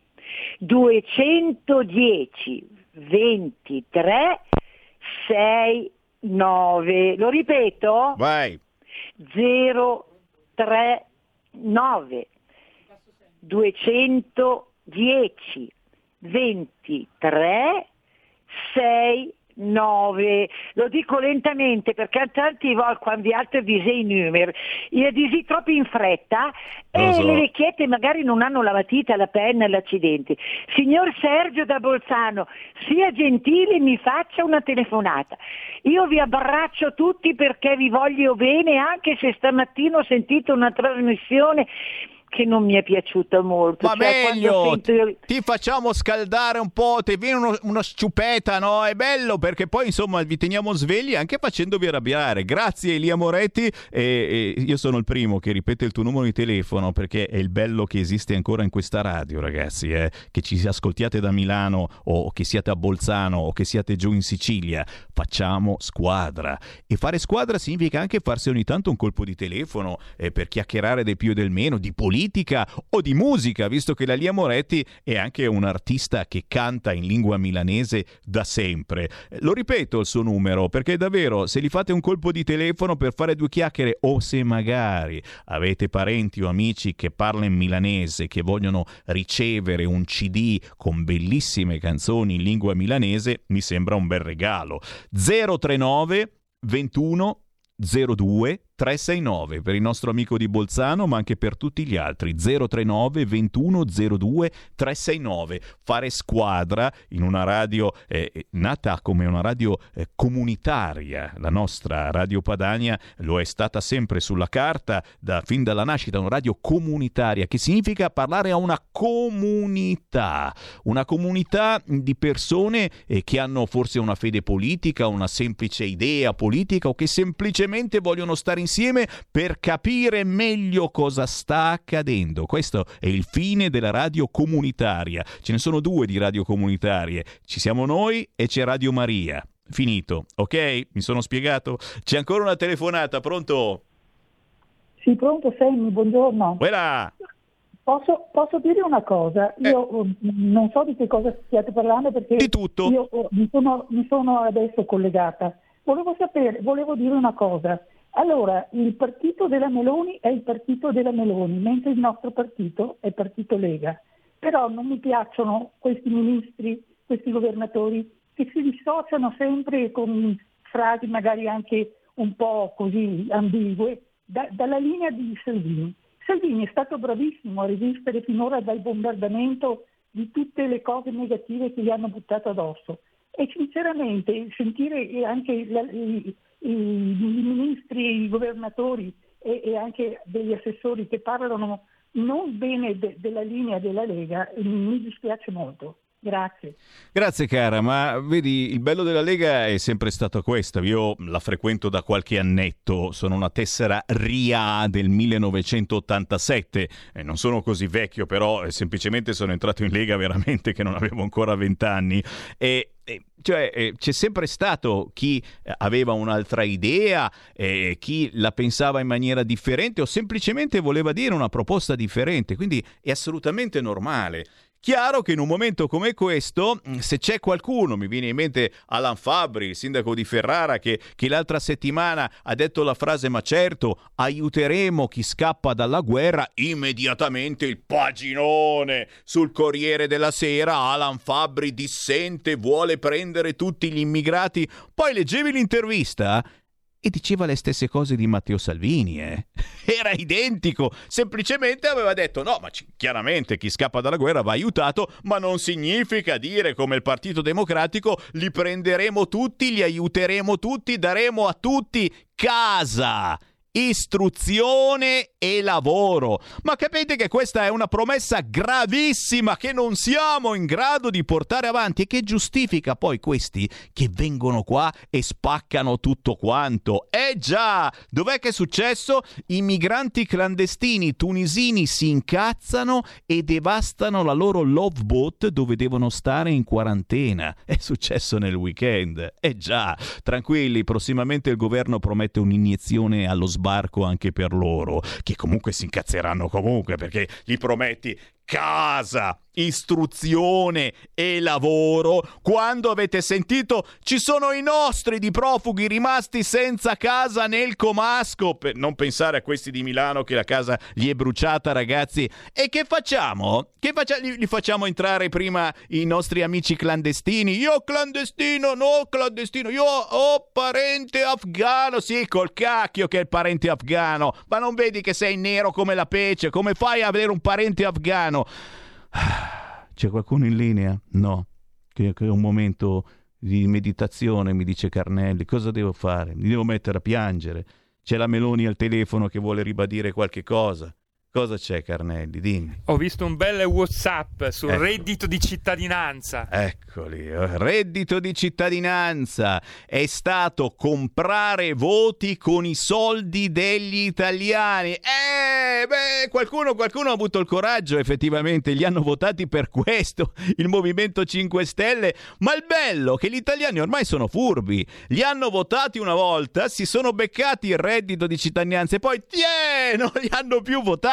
210 23 69. Lo ripeto? Vai. 039 210 23 69. Lo dico lentamente perché tanti volte quando altri disei numeri io disi troppo in fretta e le vecchiette magari non hanno la matita, la penna e l'accidente. Signor Sergio da Bolzano, sia gentile e mi faccia una telefonata. Io vi abbraccio tutti perché vi voglio bene, anche se stamattina ho sentito una trasmissione che non mi è piaciuta molto. Ma meglio, ti facciamo scaldare un po', ti viene una sciupeta, no? È bello perché poi insomma vi teniamo svegli anche facendovi arrabbiare. Grazie Lia Moretti, e io sono il primo che ripete il tuo numero di telefono perché è il bello che esiste ancora in questa radio, ragazzi, che ci ascoltiate da Milano o che siate a Bolzano o che siate giù in Sicilia, facciamo squadra, e fare squadra significa anche farsi ogni tanto un colpo di telefono per chiacchierare del più e del meno, di politica, politica o di musica, visto che la Lia Moretti è anche un artista che canta in lingua milanese da sempre. Lo ripeto il suo numero, perché davvero, se gli fate un colpo di telefono per fare due chiacchiere, o se magari avete parenti o amici che parlano in milanese, che vogliono ricevere un CD con bellissime canzoni in lingua milanese, mi sembra un bel regalo. 039 21 02 369 per il nostro amico di Bolzano, ma anche per tutti gli altri. 039 21 02 369. Fare squadra in una radio nata come una radio comunitaria. La nostra Radio Padania lo è stata sempre sulla carta fin dalla nascita, una radio comunitaria, che significa parlare a una comunità di persone che hanno forse una fede politica, una semplice idea politica, o che semplicemente vogliono stare insieme per capire meglio cosa sta accadendo. Questo è il fine della radio comunitaria. Ce ne sono due di radio comunitarie, ci siamo noi e c'è Radio Maria. Finito, ok? Mi sono spiegato? C'è ancora una telefonata, pronto? Sì, pronto, Sammy, buongiorno. Voilà. Posso dire una cosa? Io non so di che cosa stiate parlando, perché di tutto. Io mi sono adesso collegata. Volevo dire una cosa. Allora, il partito della Meloni è il partito della Meloni, mentre il nostro partito è il partito Lega. Però non mi piacciono questi ministri, questi governatori che si dissociano sempre con frasi magari anche un po' così ambigue dalla linea di Salvini. Salvini è stato bravissimo a resistere finora dal bombardamento di tutte le cose negative che gli hanno buttato addosso. E sinceramente sentire anche i ministri, i governatori e anche degli assessori che parlano non bene della linea della Lega, mi dispiace molto. Grazie. Grazie cara, ma vedi, il bello della Lega è sempre stato questo. Io la frequento da qualche annetto, sono una tessera RIA del 1987, non sono così vecchio, però semplicemente sono entrato in Lega veramente che non avevo ancora 20 anni cioè c'è sempre stato chi aveva un'altra idea, chi la pensava in maniera differente o semplicemente voleva dire una proposta differente, quindi è assolutamente normale. Chiaro che in un momento come questo, se c'è qualcuno, mi viene in mente Alan Fabbri, il sindaco di Ferrara, che l'altra settimana ha detto la frase "ma certo, aiuteremo chi scappa dalla guerra", immediatamente il paginone sul Corriere della Sera, Alan Fabbri dissente, vuole prendere tutti gli immigrati. Poi leggevi l'intervista e diceva le stesse cose di Matteo Salvini, Era identico, semplicemente aveva detto no, ma chiaramente chi scappa dalla guerra va aiutato, ma non significa dire come il Partito Democratico li prenderemo tutti, li aiuteremo tutti, daremo a tutti casa, istruzione e lavoro. Ma capite che questa è una promessa gravissima che non siamo in grado di portare avanti e che giustifica poi questi che vengono qua e spaccano tutto quanto. Già, dov'è che è successo? I migranti clandestini tunisini si incazzano e devastano la loro love boat dove devono stare in quarantena. È successo nel weekend. Già, tranquilli, prossimamente il governo promette un'iniezione allo sbarco anche per loro, che comunque si incazzeranno comunque, perché gli prometti casa, istruzione e lavoro quando avete sentito ci sono i nostri di profughi rimasti senza casa nel comasco. Per non pensare a questi di Milano che la casa gli è bruciata, ragazzi. E che facciamo? Li facciamo entrare prima i nostri amici clandestini? Io clandestino, no clandestino, io ho parente afghano. Sì, col cacchio che è il parente afghano, ma non vedi che sei nero come la pece? Come fai a avere un parente afghano? C'è qualcuno in linea? No, che è un momento di meditazione, mi dice Carnelli. Cosa devo fare? Mi devo mettere a piangere? C'è la Meloni al telefono che vuole ribadire qualche cosa. Cosa c'è, Carnelli? Dimmi. Ho visto un bel WhatsApp sul reddito di cittadinanza. Eccoli, reddito di cittadinanza. È stato comprare voti con i soldi degli italiani. Qualcuno ha avuto il coraggio, effettivamente, li hanno votati per questo, il Movimento 5 Stelle. Ma il bello è che gli italiani ormai sono furbi. Li hanno votati una volta, si sono beccati il reddito di cittadinanza e poi non li hanno più votati.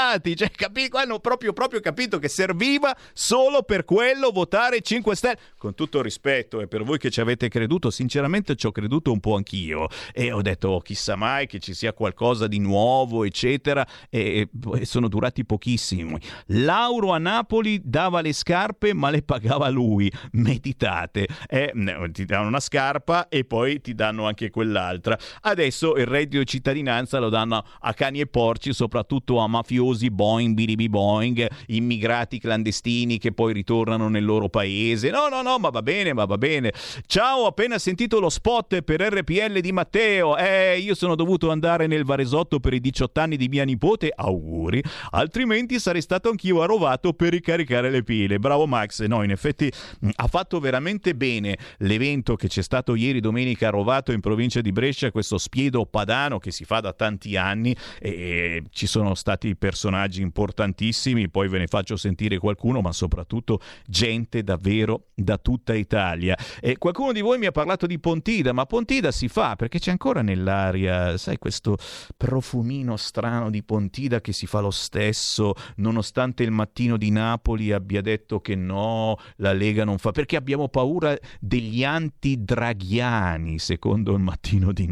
votati, cioè hanno proprio capito che serviva solo per quello votare 5 Stelle. Con tutto il rispetto, e per voi che ci avete creduto, sinceramente ci ho creduto un po' anch'io, e ho detto chissà mai che ci sia qualcosa di nuovo, eccetera, e sono durati pochissimo. Lauro a Napoli dava le scarpe ma le pagava lui, meditate, ti danno una scarpa e poi ti danno anche quell'altra. Adesso il reddito di cittadinanza lo danno a cani e porci, soprattutto a mafiosi, boing, biribi boing, immigrati clandestini che poi ritornano nel loro paese. No, ma va bene. Ciao, ho appena sentito lo spot per RPL di Matteo. Io sono dovuto andare nel Varesotto per i 18 anni di mia nipote, auguri, altrimenti sarei stato anch'io a Rovato per ricaricare le pile. Bravo Max. No, in effetti ha fatto veramente bene l'evento che c'è stato ieri domenica a Rovato in provincia di Brescia, questo spiedo padano che si fa da tanti anni, e ci sono stati personaggi importantissimi, poi ve ne faccio sentire qualcuno, ma soprattutto gente davvero da tutta Italia. Qualcuno di voi mi ha parlato di Pontida, ma Pontida si fa perché c'è ancora nell'aria, sai, questo profumino strano di Pontida che si fa lo stesso, nonostante il Mattino di Napoli abbia detto che no, la Lega non fa, perché abbiamo paura degli antidraghiani, secondo il Mattino di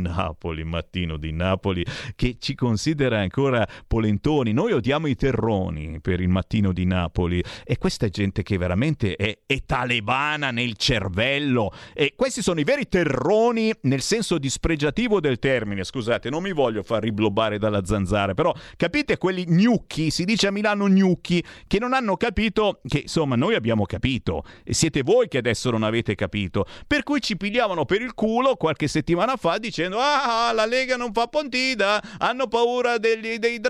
Napoli che ci considera ancora polentoni. Noi odiamo i terroni per il Mattino di Napoli, e questa è gente che veramente è talebana nel cervello, e questi sono i veri terroni nel senso dispregiativo del termine. Scusate, non mi voglio far riblobare dalla zanzara, però capite, quelli gnucchi, si dice a Milano gnucchi, che non hanno capito che insomma noi abbiamo capito e siete voi che adesso non avete capito, per cui ci pigliavano per il culo qualche settimana fa dicendo la Lega non fa Pontida, hanno paura dei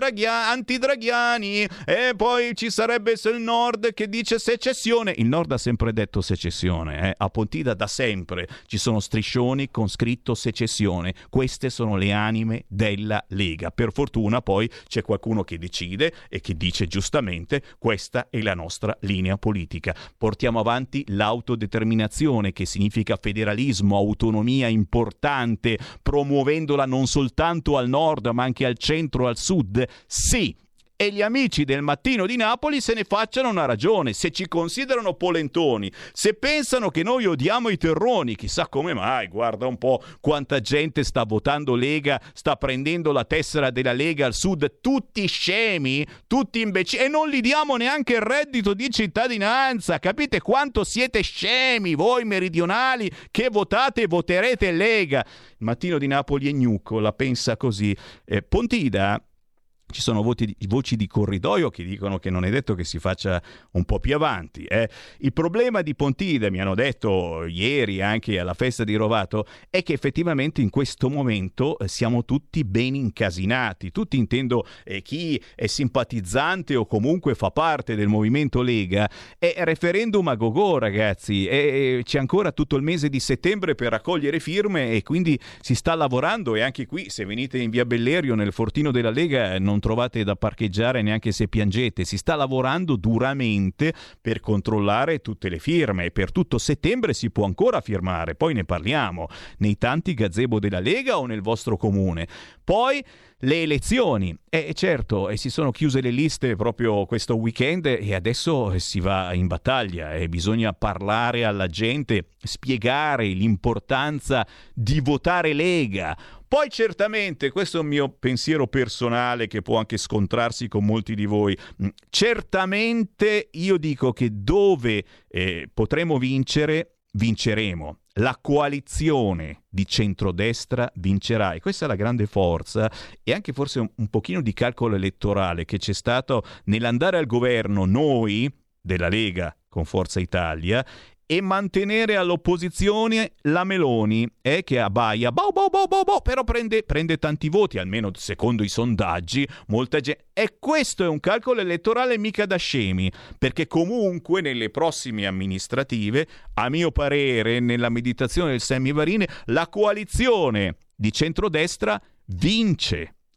antidraghiani, e poi ci sarebbe il Nord che dice secessione. Il Nord ha sempre detto secessione, a Pontida da sempre ci sono striscioni con scritto secessione. Queste sono le anime della Lega. Per fortuna poi c'è qualcuno che decide e che dice giustamente questa è la nostra linea politica. Portiamo avanti l'autodeterminazione, che significa federalismo, autonomia importante, promuovendola non soltanto al nord ma anche al centro, al sud. Sì, e gli amici del Mattino di Napoli se ne facciano una ragione, se ci considerano polentoni, se pensano che noi odiamo i terroni, chissà come mai. Guarda un po' quanta gente sta votando Lega, sta prendendo la tessera della Lega al sud, tutti scemi, tutti imbecilli, e non gli diamo neanche il reddito di cittadinanza. Capite quanto siete scemi voi meridionali che votate e voterete Lega? Il Mattino di Napoli è gnucco, la pensa così. Pontida, ci sono voci di corridoio che dicono che non è detto che si faccia un po' più avanti. Il problema di Pontida, mi hanno detto ieri anche alla festa di Rovato, è che effettivamente in questo momento siamo tutti ben incasinati. Tutti, intendo chi è simpatizzante o comunque fa parte del movimento Lega. È referendum a gogo, ragazzi, c'è ancora tutto il mese di settembre per raccogliere firme, e quindi si sta lavorando. E anche qui, se venite in via Bellerio nel fortino della Lega, non trovate da parcheggiare neanche se piangete. Si sta lavorando duramente per controllare tutte le firme, e per tutto settembre si può ancora firmare. Poi ne parliamo nei tanti gazebo della Lega o nel vostro comune. Poi le elezioni, certo, si sono chiuse le liste proprio questo weekend, e adesso si va in battaglia e bisogna parlare alla gente, spiegare l'importanza di votare Lega. Poi certamente, questo è un mio pensiero personale che può anche scontrarsi con molti di voi, certamente io dico che dove potremo vincere, vinceremo. La coalizione di centrodestra vincerà, e questa è la grande forza e anche forse un pochino di calcolo elettorale che c'è stato nell'andare al governo noi della Lega con Forza Italia e mantenere all'opposizione la Meloni, che abbaia, però prende tanti voti, almeno secondo i sondaggi, molta gente. E questo è un calcolo elettorale mica da scemi, perché comunque nelle prossime amministrative, a mio parere, nella meditazione del Semivarine, la coalizione di centrodestra vince.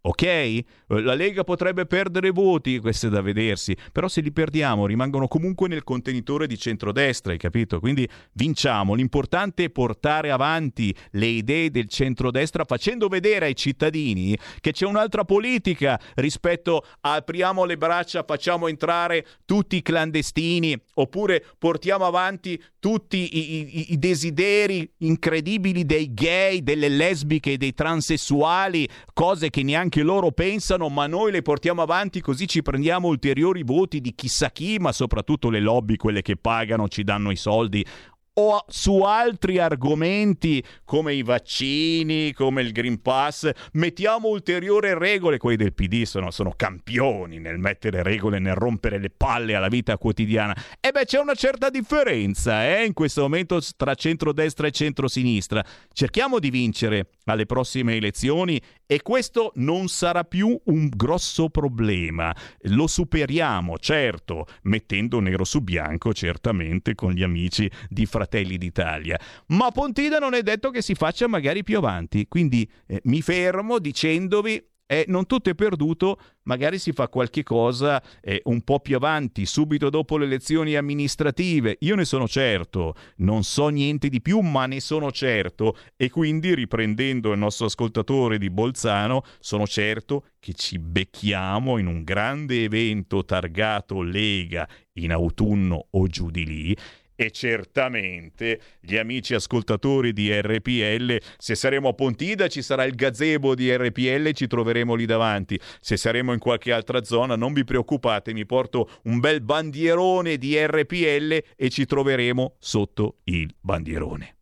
Ok? La Lega potrebbe perdere voti, questo è da vedersi, però se li perdiamo rimangono comunque nel contenitore di centrodestra, hai capito? Quindi vinciamo. L'importante è portare avanti le idee del centrodestra facendo vedere ai cittadini che c'è un'altra politica rispetto a apriamo le braccia, facciamo entrare tutti i clandestini, oppure portiamo avanti tutti i desideri incredibili dei gay, delle lesbiche, dei transessuali, cose che neanche loro pensano, ma noi le portiamo avanti così ci prendiamo ulteriori voti di chissà chi, ma soprattutto le lobby, quelle che pagano, ci danno i soldi. O su altri argomenti come i vaccini, come il Green Pass, mettiamo ulteriori regole. Quelli del PD sono campioni nel mettere regole, nel rompere le palle alla vita quotidiana. E beh, c'è una certa differenza in questo momento tra centrodestra e centrosinistra. Cerchiamo di vincere alle prossime elezioni e questo non sarà più un grosso problema. Lo superiamo, certo, mettendo nero su bianco certamente con gli amici di Fratelli d'Italia, ma Pontida non è detto che si faccia magari più avanti, quindi mi fermo dicendovi non tutto è perduto, magari si fa qualche cosa un po' più avanti, subito dopo le elezioni amministrative. Io ne sono certo, non so niente di più, ma ne sono certo, e quindi, riprendendo il nostro ascoltatore di Bolzano, sono certo che ci becchiamo in un grande evento targato Lega in autunno o giù di lì. E certamente gli amici ascoltatori di RPL, se saremo a Pontida ci sarà il gazebo di RPL e ci troveremo lì davanti. Se saremo in qualche altra zona non vi preoccupate, mi porto un bel bandierone di RPL e ci troveremo sotto il bandierone.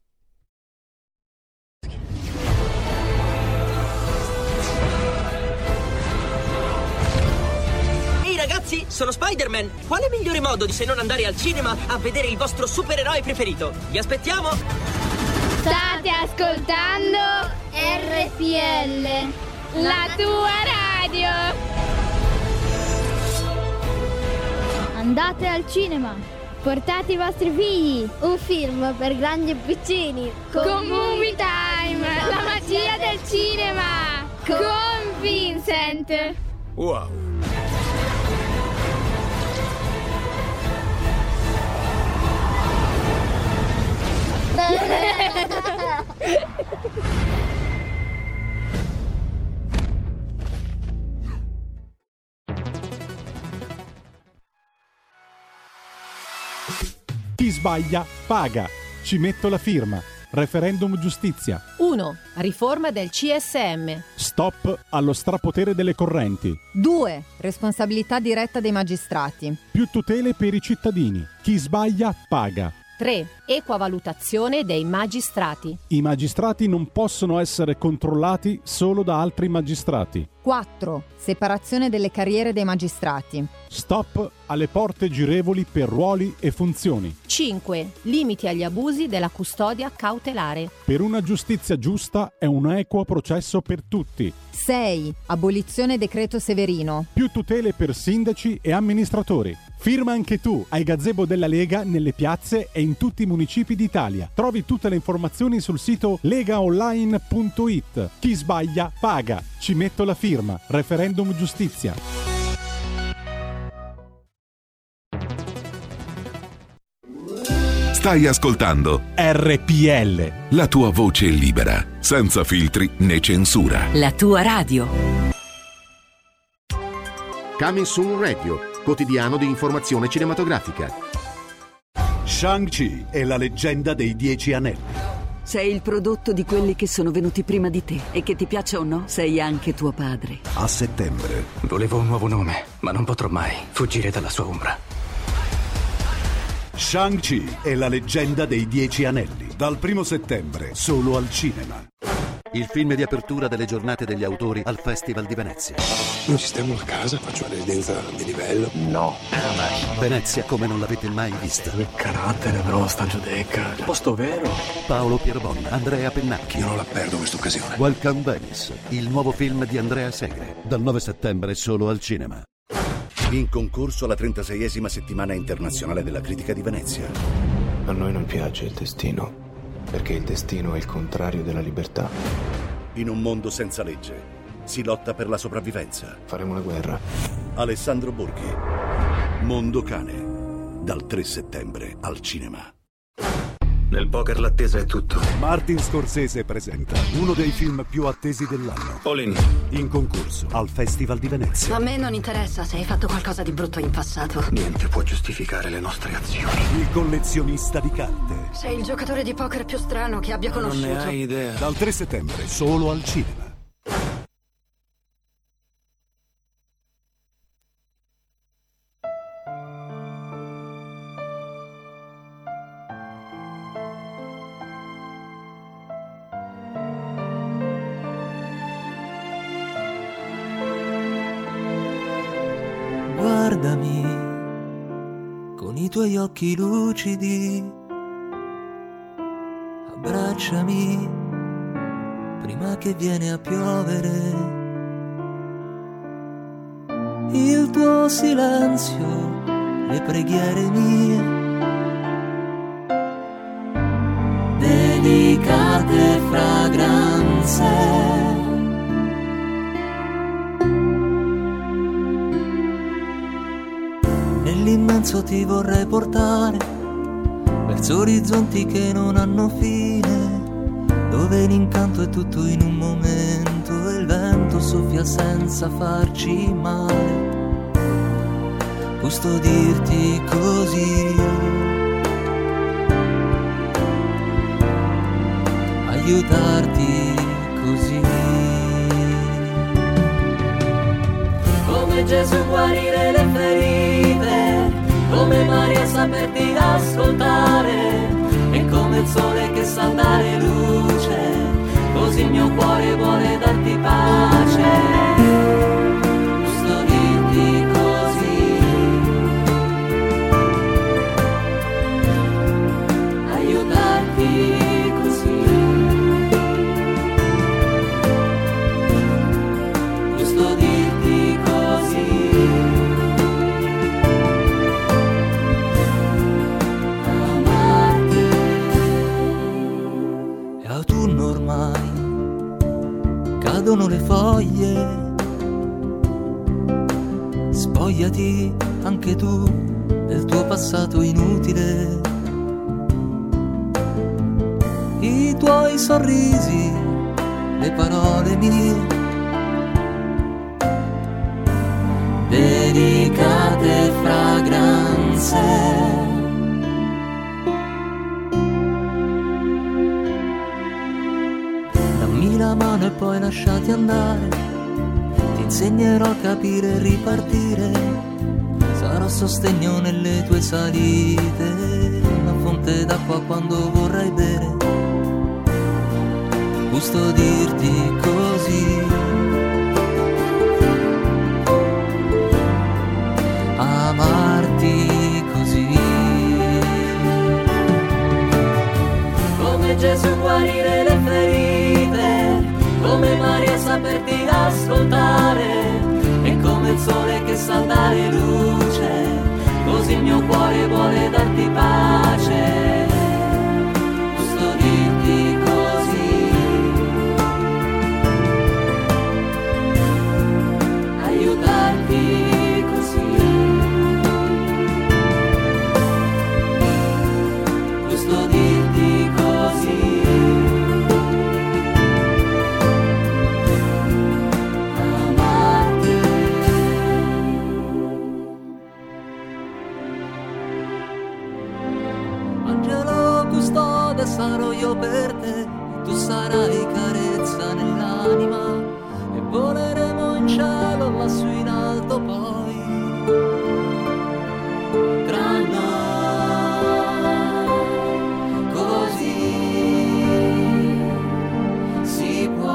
Ragazzi, sono Spider-Man. Quale migliore modo di se non andare al cinema a vedere il vostro supereroe preferito? Vi aspettiamo! State ascoltando RPL, la tua radio. Andate al cinema. Portate i vostri figli. Un film per grandi e piccini. Con Movie Time, la magia del cinema. Con Vincent. Wow. Chi sbaglia paga. Ci metto la firma. Referendum giustizia. 1. Riforma del CSM. Stop allo strapotere delle correnti. 2. Responsabilità diretta dei magistrati. Più tutele per i cittadini. Chi sbaglia paga. 3. Equa valutazione dei magistrati. I magistrati non possono essere controllati solo da altri magistrati. 4. Separazione delle carriere dei magistrati. Stop alle porte girevoli per ruoli e funzioni. 5. Limiti agli abusi della custodia cautelare. Per una giustizia giusta e un equo processo per tutti. 6. Abolizione decreto Severino. Più tutele per sindaci e amministratori. Firma anche tu ai gazebo della Lega nelle piazze e in tutti i municipi d'Italia. Trovi tutte le informazioni sul sito legaonline.it. Chi sbaglia paga. Ci metto la firma. Referendum giustizia. Stai ascoltando RPL. La tua voce libera, senza filtri né censura. La tua radio. Coming Soon Radio, quotidiano di informazione cinematografica. Shang-Chi è la leggenda dei 10 anelli. Sei il prodotto di quelli che sono venuti prima di te e che ti piaccia o no, sei anche tuo padre. A settembre. Volevo un nuovo nome, ma non potrò mai fuggire dalla sua ombra. Shang-Chi è la leggenda dei 10 anelli. Dal 1 settembre, solo al cinema. Il film di apertura delle giornate degli autori al Festival di Venezia. Noi stiamo a casa, faccio una residenza di livello. No. Venezia come non l'avete mai vista. Il carattere, però, sta giudecca. Posto vero. Paolo Pierbon, Andrea Pennacchi. Io non la perdo questa occasione. Welcome Venice, il nuovo film di Andrea Segre. Dal 9 settembre solo al cinema. In concorso alla 36esima settimana internazionale della critica di Venezia. A noi non piace il destino, perché il destino è il contrario della libertà. In un mondo senza legge si lotta per la sopravvivenza. Faremo la guerra. Alessandro Borghi, Mondo Cane, dal 3 settembre al cinema. Nel poker l'attesa è tutto. Martin Scorsese presenta uno dei film più attesi dell'anno. All in concorso al Festival di Venezia. A me non interessa se hai fatto qualcosa di brutto in passato. Niente può giustificare le nostre azioni. Il collezionista di carte. Sei il giocatore di poker più strano che abbia conosciuto. Non ne hai idea. Dal 3 settembre solo al cinema. Guardami con i tuoi occhi lucidi, abbracciami prima che viene a piovere. Il tuo silenzio, le preghiere mie, delicate fragranze. Nell'immenso ti vorrei portare verso orizzonti che non hanno fine, dove l'incanto è tutto in un momento e il vento soffia senza farci male. Custodirti così, aiutarti così. Come Gesù guarire le ferite, come Maria saperti ascoltare, e come il sole che sa dare luce, così il mio cuore vuole darti pace. Custodirti così, aiutarti così. Custodirti così, amarti. È autunno ormai, cadono le foglie, spogliati anche tu del tuo passato inutile. I tuoi sorrisi, le parole mie, delicate fragranze. Dammi la mano e poi lasciati andare, ti insegnerò a capire e ripartire. Sarò sostegno nelle tue salite, una fonte d'acqua quando vorrai bere. Custodirti così, amarti così. Come Gesù guarire le ferite, come Maria saperti ascoltare, e come il sole che sa dare luce, così il mio cuore vuole darti pace. Custodirti così, aiutarti così. Custodirti così, amarti. Angelo custode sarò io per te, tu sarai carezza nell'anima, e voleremo in cielo lassù in alto poi. Tra noi così si può.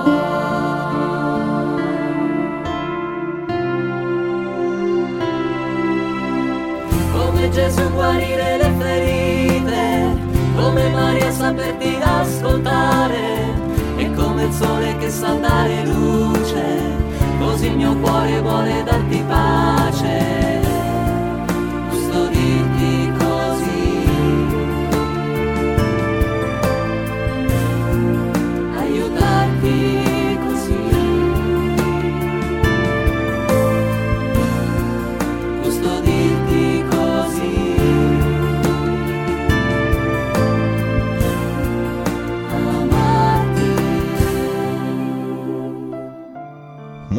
Come Gesù guarire le ferite, come Maria saperti ascoltare, e come il sole che sa dare luce, così il mio cuore vuole darti pace.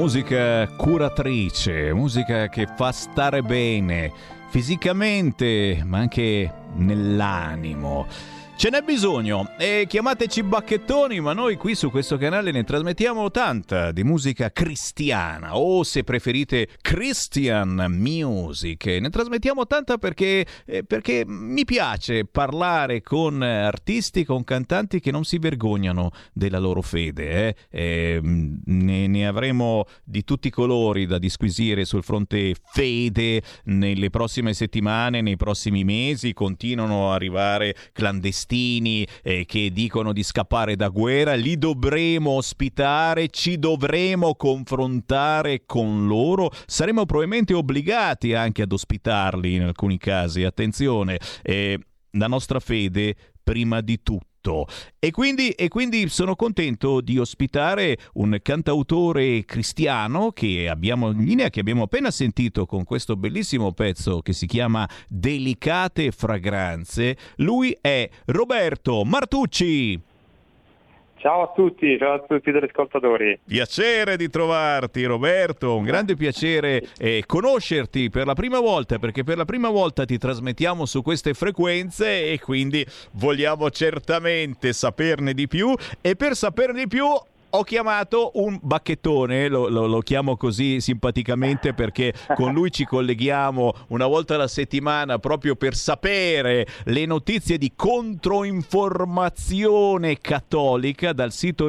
musica curatrice, musica che fa stare bene fisicamente ma anche nell'animo. Ce n'è bisogno e chiamateci bacchettoni, ma noi qui su questo canale ne trasmettiamo tanta di musica cristiana, o se preferite Christian music. Ne trasmettiamo tanta perché mi piace parlare con artisti, con cantanti che non si vergognano della loro fede. Ne avremo di tutti i colori da disquisire sul fronte fede nelle prossime settimane, nei prossimi mesi. Continuano a arrivare clandestini che dicono di scappare da guerra, li dovremo ospitare, ci dovremo confrontare con loro, saremo probabilmente obbligati anche ad ospitarli in alcuni casi. Attenzione, la nostra fede prima di tutto. E quindi sono contento di ospitare un cantautore cristiano che abbiamo in linea, che abbiamo appena sentito con questo bellissimo pezzo che si chiama Delicate Fragranze. Lui è Roberto Martucci. Ciao a tutti telescoltatori. Piacere di trovarti, Roberto, un grande piacere conoscerti per la prima volta, perché per la prima volta ti trasmettiamo su queste frequenze e quindi vogliamo certamente saperne di più, e per saperne di più ho chiamato un bacchettone, lo chiamo così simpaticamente perché con lui ci colleghiamo una volta alla settimana proprio per sapere le notizie di controinformazione cattolica dal sito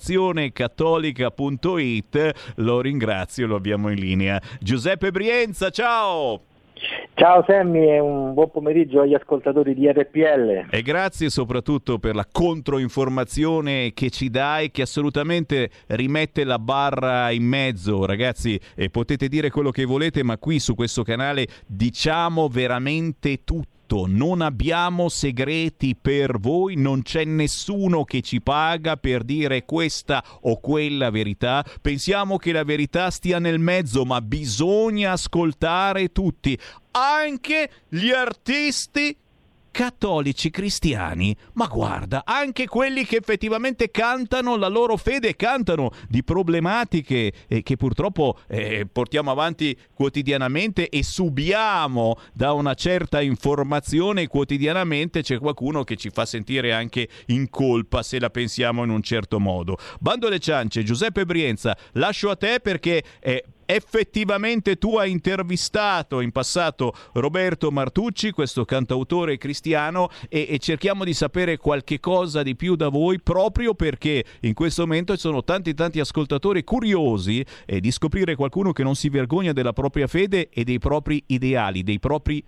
informazionecattolica.it. Lo ringrazio, lo abbiamo in linea. Giuseppe Brienza, ciao! Ciao Sammy e un buon pomeriggio agli ascoltatori di RPL. E grazie soprattutto per la controinformazione che ci dai, che assolutamente rimette la barra in mezzo. Ragazzi, potete dire quello che volete, ma qui su questo canale diciamo veramente tutto. Non abbiamo segreti per voi, non c'è nessuno che ci paga per dire questa o quella verità. Pensiamo che la verità stia nel mezzo, ma bisogna ascoltare tutti, anche gli artisti cattolici cristiani, ma guarda, anche quelli che effettivamente cantano la loro fede, cantano di problematiche che purtroppo portiamo avanti quotidianamente e subiamo da una certa informazione quotidianamente. C'è qualcuno che ci fa sentire anche in colpa se la pensiamo in un certo modo. Bando alle ciance, Giuseppe Brienza, lascio a te perché effettivamente tu hai intervistato in passato Roberto Martucci, questo cantautore cristiano, e cerchiamo di sapere qualche cosa di più da voi, proprio perché in questo momento ci sono tanti ascoltatori curiosi di scoprire qualcuno che non si vergogna della propria fede e dei propri ideali, dei propri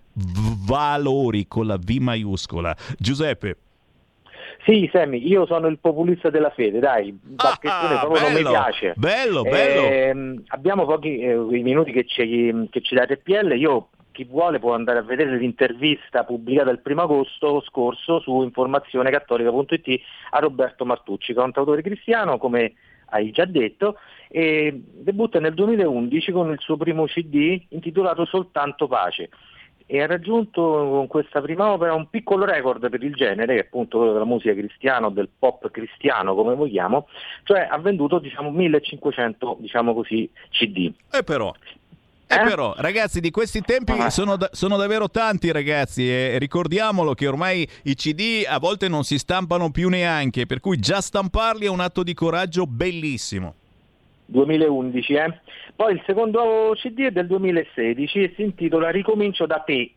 valori con la V maiuscola. Giuseppe. Sì, Sammy, io sono il populista della fede, dai, bacchettone proprio bello, non mi piace. Bello. Abbiamo pochi minuti che ci dà RPL. Chi vuole può andare a vedere l'intervista pubblicata il 1 agosto scorso su informazionecattolica.it a Roberto Martucci, cantautore cristiano, come hai già detto, e debutta nel 2011 con il suo primo CD intitolato Soltanto Pace. E ha raggiunto con questa prima opera un piccolo record per il genere, che è appunto quello della musica cristiana o del pop cristiano, come vogliamo, cioè ha venduto 1500 CD. Però, ragazzi, di questi tempi sono davvero tanti, ragazzi, ricordiamolo che ormai i CD a volte non si stampano più neanche, per cui già stamparli è un atto di coraggio bellissimo. 2011, Poi il secondo CD è del 2016 e si intitola Ricomincio da te.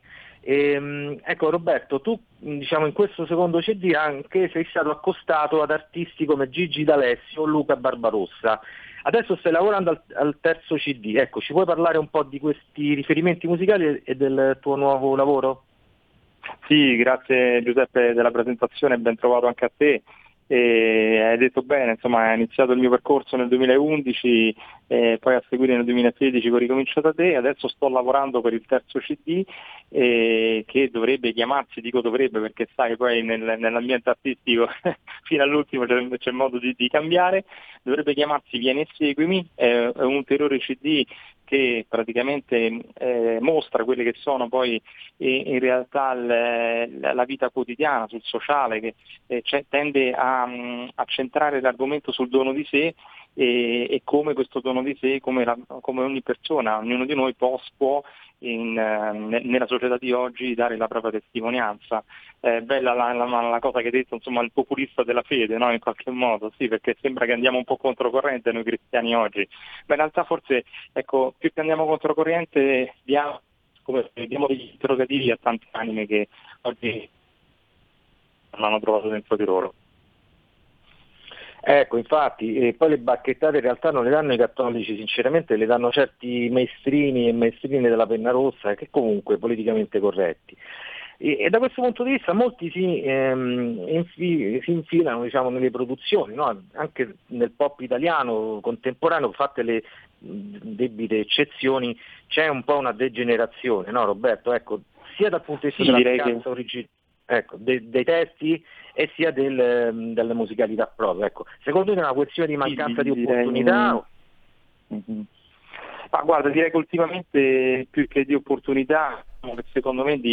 Ecco Roberto, tu in questo secondo CD anche sei stato accostato ad artisti come Gigi D'Alessio o Luca Barbarossa. Adesso stai lavorando al terzo CD, ecco, ci puoi parlare un po' di questi riferimenti musicali e del tuo nuovo lavoro? Sì, grazie Giuseppe della presentazione, ben trovato anche a te. Hai detto bene, insomma, è iniziato il mio percorso nel 2011, poi a seguire nel 2016 con Ricomincio da te. Adesso sto lavorando per il terzo CD che dovrebbe chiamarsi, dico dovrebbe perché sai poi nell'ambiente artistico fino all'ultimo c'è modo di cambiare, dovrebbe chiamarsi Vieni e seguimi, è un ulteriore CD che praticamente mostra quelle che sono poi in realtà la vita quotidiana, sul sociale, che tende a centrare l'argomento sul dono di sé e come questo dono di sé, come ogni persona, ognuno di noi può nella società di oggi dare la propria testimonianza. Bella la cosa che hai detto, insomma, il populista della fede, no? In qualche modo, sì, perché sembra che andiamo un po' controcorrente noi cristiani oggi, ma in realtà forse, ecco, più che andiamo controcorrente diamo degli interrogativi a tante anime che oggi non hanno trovato dentro di loro. Ecco, infatti, e poi le bacchettate in realtà non le danno i cattolici, sinceramente le danno certi maestrini e maestrine della penna rossa, che comunque politicamente corretti. E da questo punto di vista molti si infilano, diciamo, nelle produzioni, no? Anche nel pop italiano contemporaneo, fatte le debite eccezioni, c'è un po' una degenerazione, no Roberto? Ecco, sia dal punto di vista della mancanza dei testi e sia delle musicalità proprio. Ecco, secondo te è una questione di mancanza di opportunità? Ma guarda, direi che ultimamente più che di opportunità, secondo me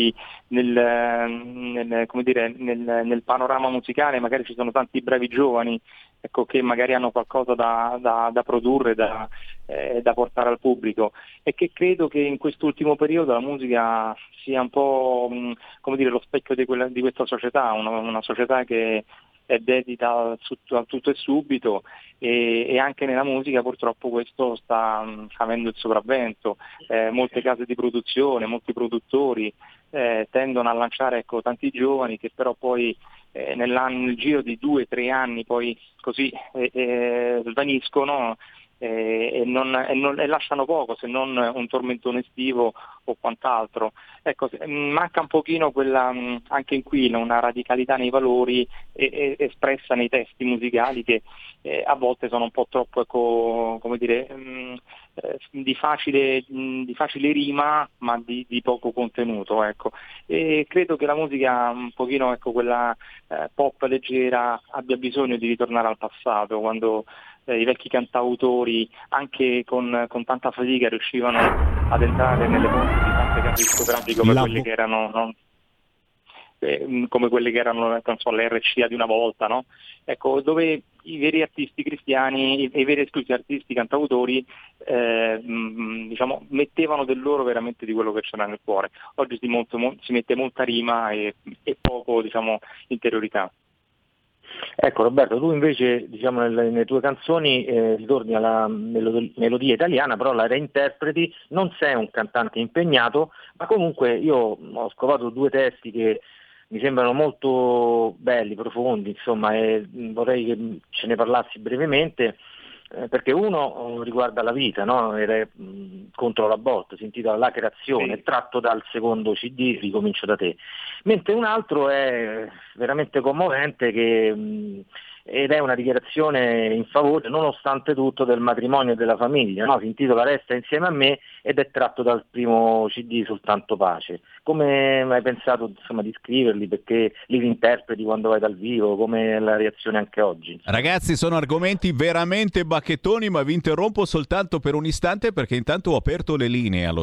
nel panorama musicale magari ci sono tanti bravi giovani, ecco, che magari hanno qualcosa da produrre, da portare al pubblico, e che credo che in quest'ultimo periodo la musica sia un po' lo specchio di questa società, una società che è dedita a tutto e subito, e anche nella musica purtroppo questo sta avendo il sopravvento. Molte case di produzione, molti produttori tendono a lanciare, ecco, tanti giovani che però poi nel giro di 2 o 3 anni poi così svaniscono e lasciano poco, se non un tormentone estivo o quant'altro. Ecco, manca un pochino quella, anche in qui, una radicalità nei valori espressa nei testi musicali che a volte sono un po' troppo, ecco, di facile rima, ma di poco contenuto, ecco. E credo che la musica un pochino, ecco, quella pop leggera, abbia bisogno di ritornare al passato, quando i vecchi cantautori anche con tanta fatica riuscivano ad entrare nelle fonti di tante case discografiche come quelle che erano l'RCA di una volta, no? Ecco, dove i veri artisti cristiani, i veri artisti cantautori mettevano del loro, veramente, di quello che c'era nel cuore. Oggi si mette molta rima e poco, interiorità. Ecco Roberto, tu invece, nelle tue canzoni ritorni alla melodia italiana, però la reinterpreti, non sei un cantante impegnato, ma comunque io ho scovato 2 testi che mi sembrano molto belli, profondi, insomma, e vorrei che ce ne parlassi brevemente, perché uno riguarda la vita, no? Era contro l'aborto, si intitola La creazione, sì, tratto dal secondo CD Ricomincio da te, mentre un altro è veramente commovente ed è una dichiarazione in favore, nonostante tutto, del matrimonio e della famiglia, no? Si intitola Resta insieme a me ed è tratto dal primo CD Soltanto pace. Come hai pensato, insomma, di scriverli? Perché li interpreti quando vai dal vivo? Come è la reazione anche oggi? Ragazzi, sono argomenti veramente bacchettoni, ma vi interrompo soltanto per un istante, perché intanto ho aperto le linee allo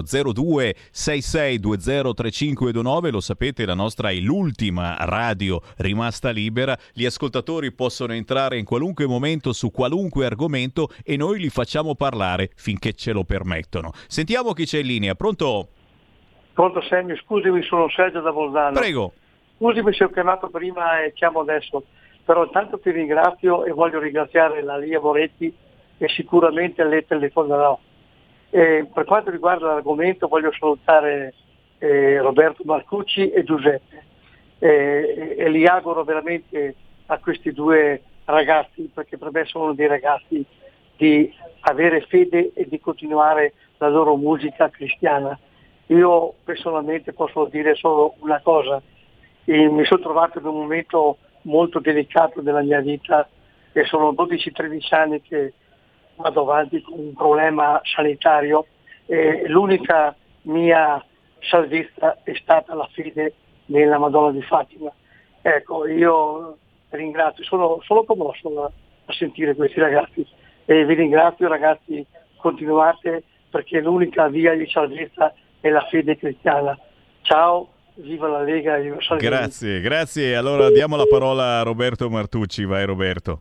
0266203529. Lo sapete, la nostra è l'ultima radio rimasta libera. Gli ascoltatori possono entrare in qualunque momento su qualunque argomento e noi li facciamo parlare finché ce lo permettono. Sentiamo chi c'è in linea. Pronto? Pronto Semmi, scusami, sono Sergio da Bolzano. Prego. Scusami se ho chiamato prima e chiamo adesso, però intanto ti ringrazio e voglio ringraziare la Lia Moretti, che sicuramente le telefonerò. Per quanto riguarda l'argomento voglio salutare Roberto Marcucci e Giuseppe e li auguro veramente a questi 2 ragazzi, perché per me sono dei ragazzi, di avere fede e di continuare la loro musica cristiana. Io personalmente posso dire solo una cosa: mi sono trovato in un momento molto delicato della mia vita, e sono 12-13 anni che vado avanti con un problema sanitario, e l'unica mia salvezza è stata la fede nella Madonna di Fatima. Ecco, io ringrazio, sono commosso a sentire questi ragazzi, e vi ringrazio ragazzi, continuate, perché l'unica via di salvezza è la fede cristiana. Ciao, viva la Lega, viva Salvini. Grazie. Allora diamo la parola a Roberto Martucci, vai Roberto.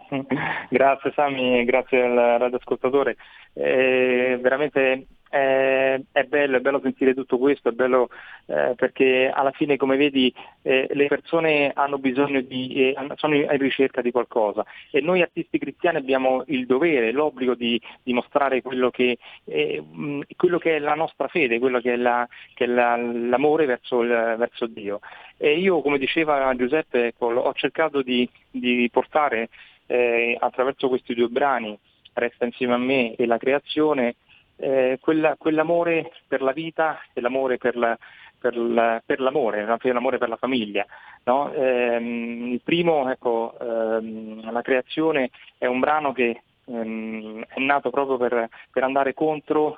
Grazie Sami, grazie al radioascoltatore. Veramente è bello sentire tutto questo, è bello perché alla fine, come vedi, le persone hanno bisogno sono in ricerca di qualcosa, e noi artisti cristiani abbiamo il dovere, l'obbligo di mostrare quello che è la nostra fede, quello che è l'amore verso Dio. E io, come diceva Giuseppe, ecco, ho cercato di portare attraverso questi due brani, Resta insieme a me e La creazione, quell'amore per la vita e l'amore per l'amore, l'amore per la famiglia, no? Il primo, ecco, La creazione, è un brano che è nato proprio per andare contro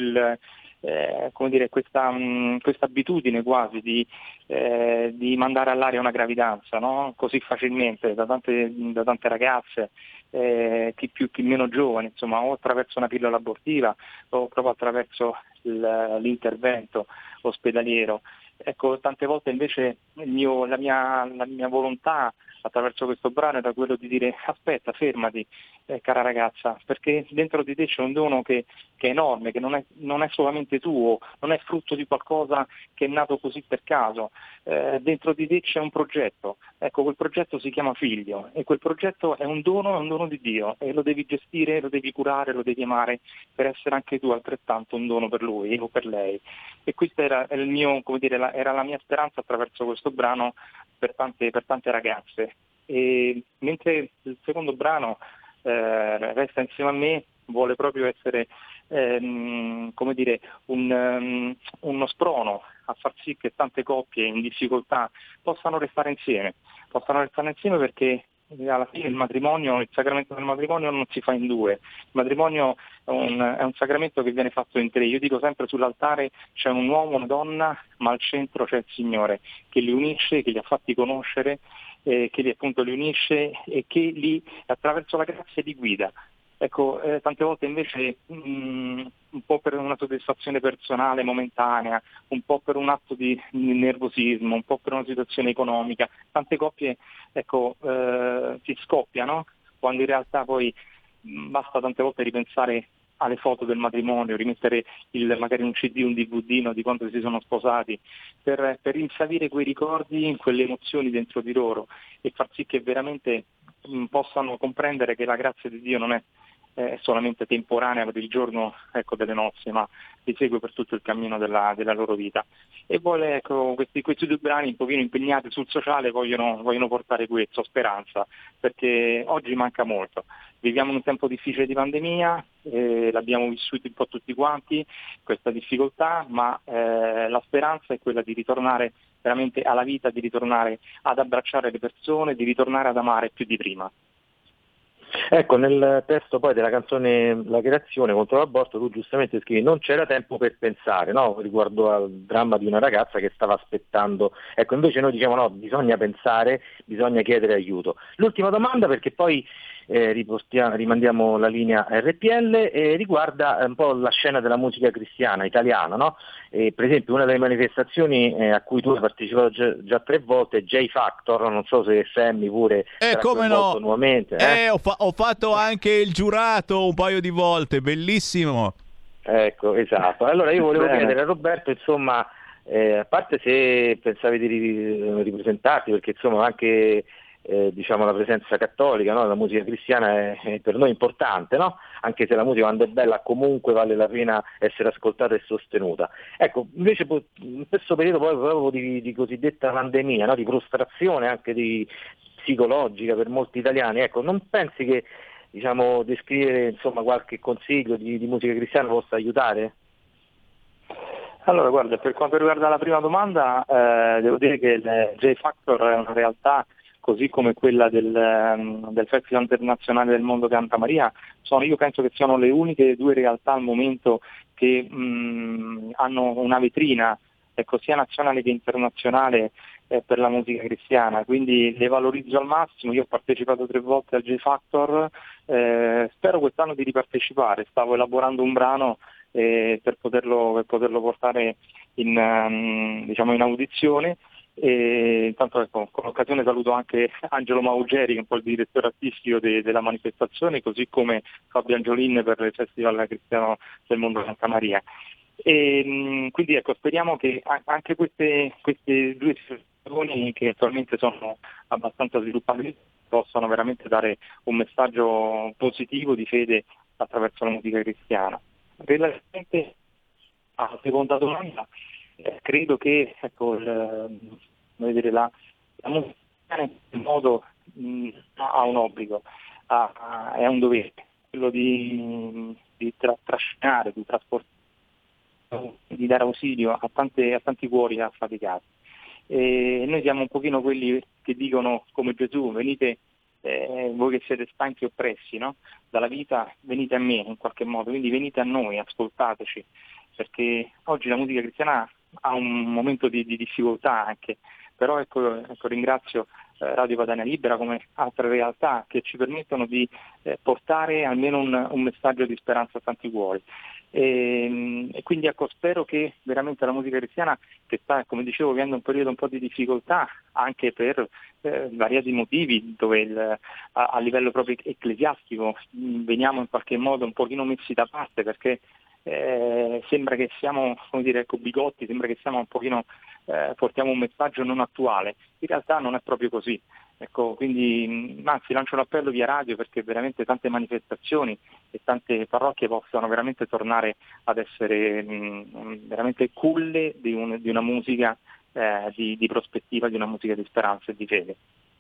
questa abitudine quasi di mandare all'aria una gravidanza, no? Così facilmente da tante ragazze, chi più chi meno giovani, insomma, o attraverso una pillola abortiva o proprio attraverso l'intervento ospedaliero. Ecco, tante volte invece la mia volontà attraverso questo brano era quello di dire: aspetta, fermati, cara ragazza, perché dentro di te c'è un dono che è enorme, che non è solamente tuo, non è frutto di qualcosa che è nato così per caso. Dentro di te c'è un progetto, ecco, quel progetto si chiama figlio, e quel progetto è un dono di Dio, e lo devi gestire, lo devi curare, lo devi amare, per essere anche tu altrettanto un dono per lui o per lei. E questa era il mio, era la mia speranza attraverso questo brano per tante ragazze. E mentre il secondo brano, Resta insieme a me, vuole proprio essere uno sprono a far sì che tante coppie in difficoltà possano restare insieme, perché alla fine il sacramento del matrimonio non si fa in due. Il matrimonio è un sacramento che viene fatto in tre. Io dico sempre: sull'altare c'è un uomo, una donna, ma al centro c'è il Signore, che li unisce, che li ha fatti conoscere, che li appunto li unisce, e che li, attraverso la grazia, li guida. Ecco, tante volte invece un po' per una soddisfazione personale momentanea, un po' per un atto di nervosismo, un po' per una situazione economica, tante coppie, ecco, si scoppiano, quando in realtà poi basta tante volte ripensare alle foto del matrimonio, rimettere magari un CD, un DVD di quando si sono sposati, per rinsavire quei ricordi, quelle emozioni dentro di loro, e far sì che veramente possano comprendere che la grazia di Dio non è solamente temporanea per il giorno, ecco, delle nozze, ma li segue per tutto il cammino della loro vita. E vuole, ecco, questi due brani, un pochino impegnati sul sociale, vogliono portare questo, speranza, perché oggi manca molto. Viviamo in un tempo difficile di pandemia, l'abbiamo vissuto un po' tutti quanti, questa difficoltà, ma la speranza è quella di ritornare veramente alla vita, di ritornare ad abbracciare le persone, di ritornare ad amare più di prima. Ecco, nel testo poi della canzone La creazione contro l'aborto tu giustamente scrivi: non c'era tempo per pensare, no? Riguardo al dramma di una ragazza che stava aspettando. Ecco, invece noi diciamo no, bisogna pensare, bisogna chiedere aiuto. L'ultima domanda, perché poi rimandiamo la linea RPL, riguarda un po' la scena della musica cristiana italiana, no? Per esempio una delle manifestazioni a cui tu hai partecipato già 3 volte è J Factor, non so se Sammy pure come no, nuovamente. Ho fatto anche il giurato un paio di volte, bellissimo. Ecco, esatto. Allora io volevo chiedere a Roberto, insomma, a parte se pensavi di ripresentarti, perché insomma anche diciamo la presenza cattolica, no? La musica cristiana è per noi importante, no? Anche se la musica, quando è bella, comunque vale la pena essere ascoltata e sostenuta. Ecco, invece in questo periodo poi proprio di cosiddetta pandemia, no? Di frustrazione anche psicologica per molti italiani, ecco, non pensi che, diciamo, descrivere insomma qualche consiglio di musica cristiana possa aiutare? Allora, guarda, per quanto riguarda la prima domanda, devo dire che il J Factor è una realtà, così come quella del Festival Internazionale del Mondo Canta Maria. Io penso che siano le uniche 2 realtà al momento che hanno una vetrina, ecco, sia nazionale che internazionale, per la musica cristiana, quindi le valorizzo al massimo. Io ho partecipato 3 volte al J Factor, spero quest'anno di ripartecipare. Stavo elaborando un brano per poterlo portare in audizione, E intanto ecco, con l'occasione saluto anche Angelo Maugeri, che è un po' il direttore artistico della manifestazione, così come Fabio Angiolin per il Festival Cristiano del Mondo Santa Maria. E quindi ecco, speriamo che anche queste due situazioni, che attualmente sono abbastanza sviluppate, possano veramente dare un messaggio positivo di fede attraverso la musica cristiana. Relativamente alla seconda domanda, credo che ecco, la musica in qualche modo ha un obbligo, è un dovere, quello di trascinare, di trasportare, di dare ausilio a tanti cuori affaticati. E noi siamo un pochino quelli che dicono come Gesù: venite voi che siete stanchi e oppressi, no? Dalla vita, venite a me in qualche modo, quindi venite a noi, ascoltateci, perché oggi la musica cristiana ha un momento di difficoltà anche, però ecco ringrazio Radio Padania Libera come altre realtà che ci permettono di portare almeno un messaggio di speranza a tanti cuori. E quindi ecco, spero che veramente la musica cristiana, che sta, come dicevo, vivendo un periodo un po' di difficoltà anche per variati motivi, dove a livello proprio ecclesiastico veniamo in qualche modo un pochino messi da parte, perché sembra che siamo, come dire, ecco, bigotti, sembra che siamo un pochino portiamo un messaggio non attuale. In realtà non è proprio così. Ecco, quindi anzi lancio l'appello via radio perché veramente tante manifestazioni e tante parrocchie possano veramente tornare ad essere veramente culle di una musica di prospettiva, di una musica di speranza e di fede.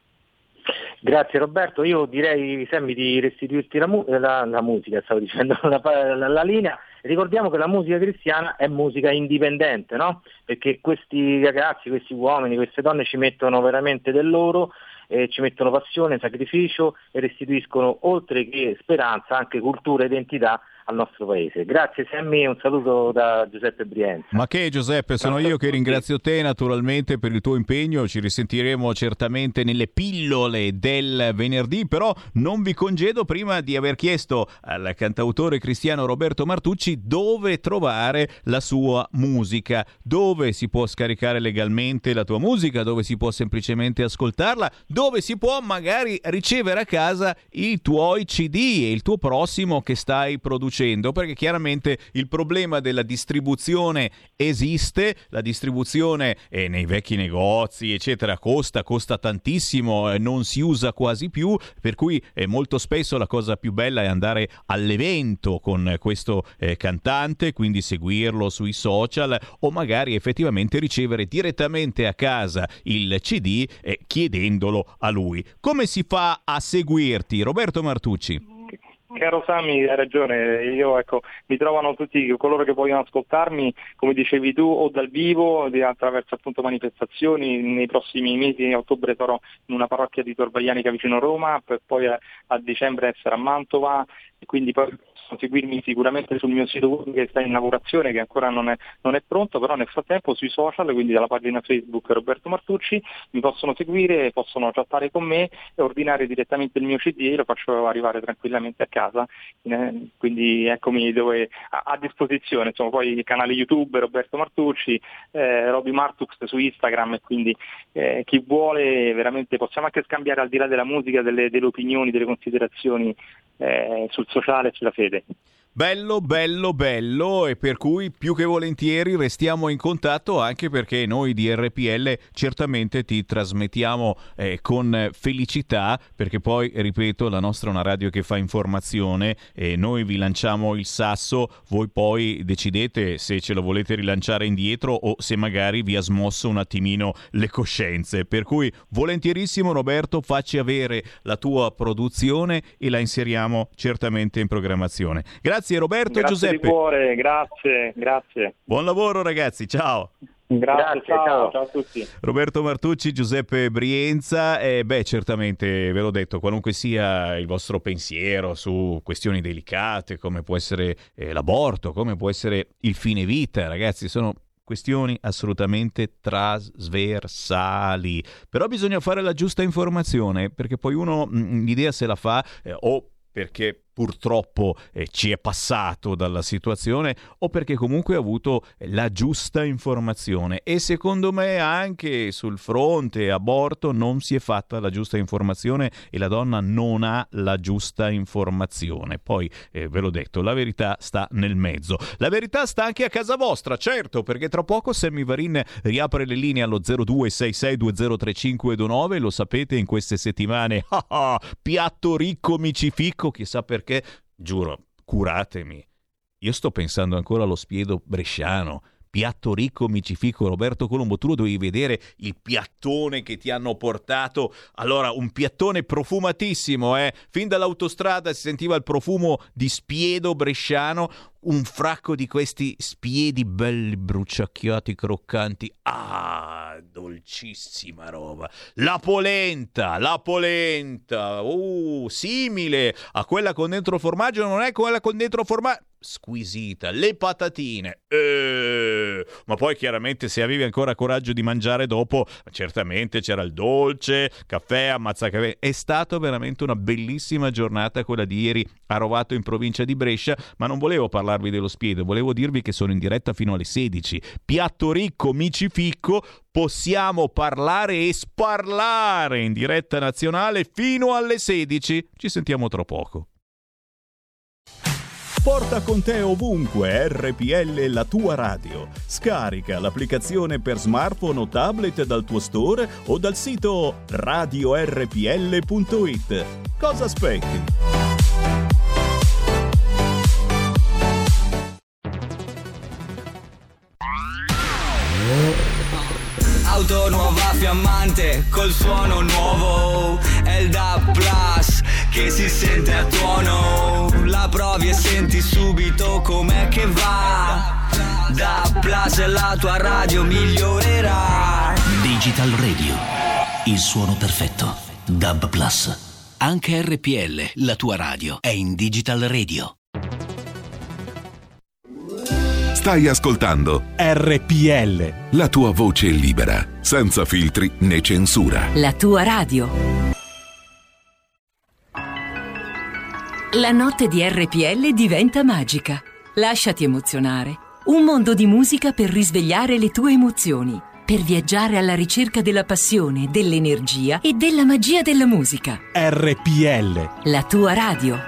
Grazie Roberto, io direi Sammy di restituirti la musica, stavo dicendo, la linea. Ricordiamo che la musica cristiana è musica indipendente, no? Perché questi ragazzi, questi uomini, queste donne ci mettono veramente del loro, ci mettono passione, sacrificio e restituiscono, oltre che speranza, anche cultura e identità al nostro paese. Grazie Sammy, un saluto da Giuseppe Brienza. Ma che Giuseppe, sono io che ringrazio te naturalmente per il tuo impegno, ci risentiremo certamente nelle pillole del venerdì, però non vi congedo prima di aver chiesto al cantautore cristiano Roberto Martucci dove trovare la sua musica, dove si può scaricare legalmente la tua musica, dove si può semplicemente ascoltarla, dove si può magari ricevere a casa i tuoi CD e il tuo prossimo che stai producendo, perché chiaramente il problema della distribuzione esiste, la distribuzione nei vecchi negozi eccetera costa tantissimo, non si usa quasi più, per cui molto spesso la cosa più bella è andare all'evento con questo cantante, quindi seguirlo sui social o magari effettivamente ricevere direttamente a casa il CD chiedendolo a lui. Come si fa a seguirti, Roberto Martucci? Caro Sammy, hai ragione, io ecco, mi trovano tutti coloro che vogliono ascoltarmi, come dicevi tu, o dal vivo, attraverso appunto manifestazioni. Nei prossimi mesi, in ottobre sarò in una parrocchia di Tor Vaianica vicino Roma, per poi a dicembre essere a Mantova, e quindi poi possono seguirmi sicuramente sul mio sito web che sta in lavorazione, che ancora non è pronto, però nel frattempo sui social, quindi dalla pagina Facebook Roberto Martucci, mi possono seguire, possono chattare con me e ordinare direttamente il mio CD e lo faccio arrivare tranquillamente a casa, quindi eccomi dove a disposizione, insomma. Poi il canale YouTube Roberto Martucci, Roby Martux su Instagram, e quindi chi vuole veramente possiamo anche scambiare, al di là della musica, delle opinioni, delle considerazioni sul sociale e sulla fede. Bello, bello, bello, e per cui più che volentieri restiamo in contatto, anche perché noi di RPL certamente ti trasmettiamo con felicità, perché poi, ripeto, la nostra è una radio che fa informazione e noi vi lanciamo il sasso, voi poi decidete se ce lo volete rilanciare indietro o se magari vi ha smosso un attimino le coscienze, per cui volentierissimo Roberto, facci avere la tua produzione e la inseriamo certamente in programmazione. Grazie Roberto. Grazie Giuseppe. Di cuore, grazie. Buon lavoro ragazzi, ciao. Grazie, ciao a tutti. Roberto Martucci, Giuseppe Brienza, certamente ve l'ho detto, qualunque sia il vostro pensiero su questioni delicate come può essere l'aborto, come può essere il fine vita, ragazzi, sono questioni assolutamente trasversali, però bisogna fare la giusta informazione, perché poi uno l'idea se la fa o perché purtroppo ci è passato dalla situazione o perché comunque ha avuto la giusta informazione. E secondo me anche sul fronte aborto non si è fatta la giusta informazione e la donna non ha la giusta informazione. Poi ve l'ho detto, la verità sta nel mezzo. La verità sta anche a casa vostra, certo, perché tra poco Sammy Varin riapre le linee allo 0266203529. Lo sapete, in queste settimane piatto ricco micificco, chissà perché, giuro, curatemi, io sto pensando ancora allo spiedo bresciano. Piatto ricco micifico. Roberto Colombo, tu lo dovevi vedere il piattone che ti hanno portato. Allora, un piattone profumatissimo, fin dall'autostrada si sentiva il profumo di spiedo bresciano, un fracco di questi spiedi belli bruciacchiati, croccanti. Dolcissima roba. La polenta, simile a quella con dentro formaggio, non è quella con dentro formaggio, squisita. Le patatine, ma poi chiaramente se avevi ancora coraggio di mangiare dopo, certamente c'era il dolce, caffè, ammazzacafè. È stata veramente una bellissima giornata quella di ieri a Rovato in provincia di Brescia, ma non volevo parlarvi dello spiedo, volevo dirvi che sono in diretta fino alle 16. Piatto ricco micificco, possiamo parlare e sparlare in diretta nazionale fino alle 16. Ci sentiamo tra poco. Porta con te ovunque RPL, la tua radio. Scarica l'applicazione per smartphone o tablet dal tuo store o dal sito radiorpl.it. Cosa aspetti? Auto nuova fiammante col suono nuovo, è il DAB Plus che si sente a tuono. La provi e senti subito com'è che va. DAB Plus, la tua radio migliorerà. Digital Radio, il suono perfetto. DAB Plus. Anche RPL, la tua radio, è in Digital Radio. Stai ascoltando RPL, la tua voce libera, senza filtri né censura. La tua radio. La notte di RPL diventa magica. Lasciati emozionare. Un mondo di musica per risvegliare le tue emozioni, per viaggiare alla ricerca della passione, dell'energia e della magia della musica. RPL, la tua radio.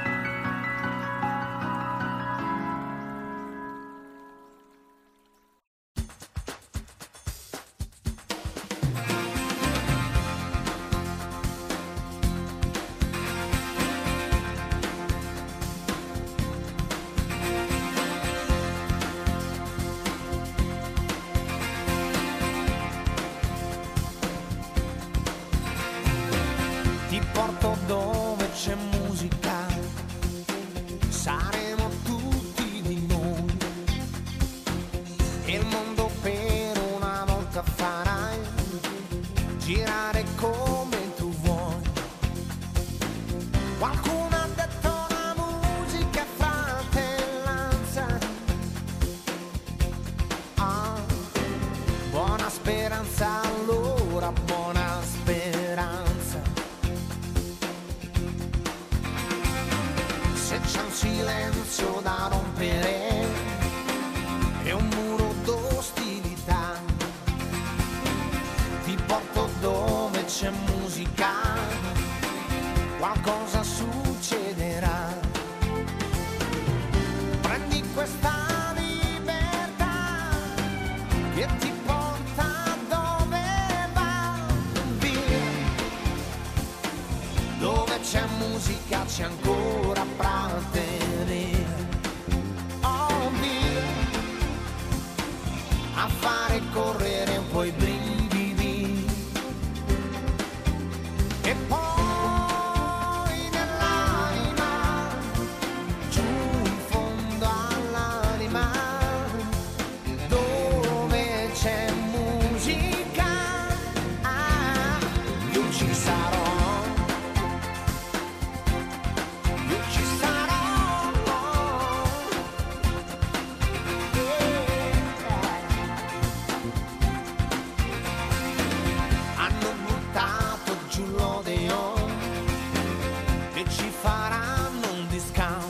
Che ci faranno un discount.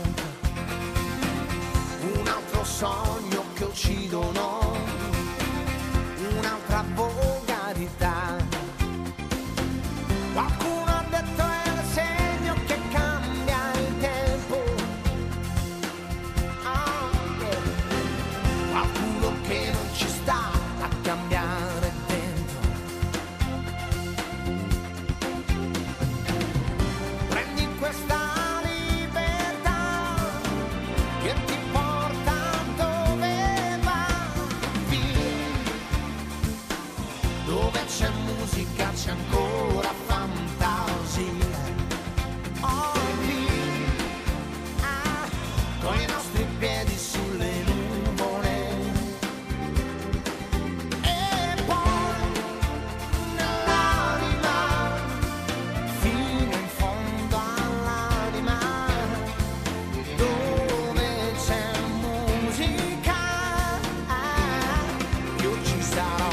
sogno che uccidono un'altra volgarità. Qualcuno ha detto è il segno che cambia il tempo. Qualcuno che non ci sta a cambiare dentro. Prendi questa libertà che ti porta dove va, via. Dove c'è musica c'è ancora fantasia. Oh, via, con i nostri piedi sulle nuvole. E poi nell'anima, fino in fondo all'anima, dove c'è musica, io ci sarò.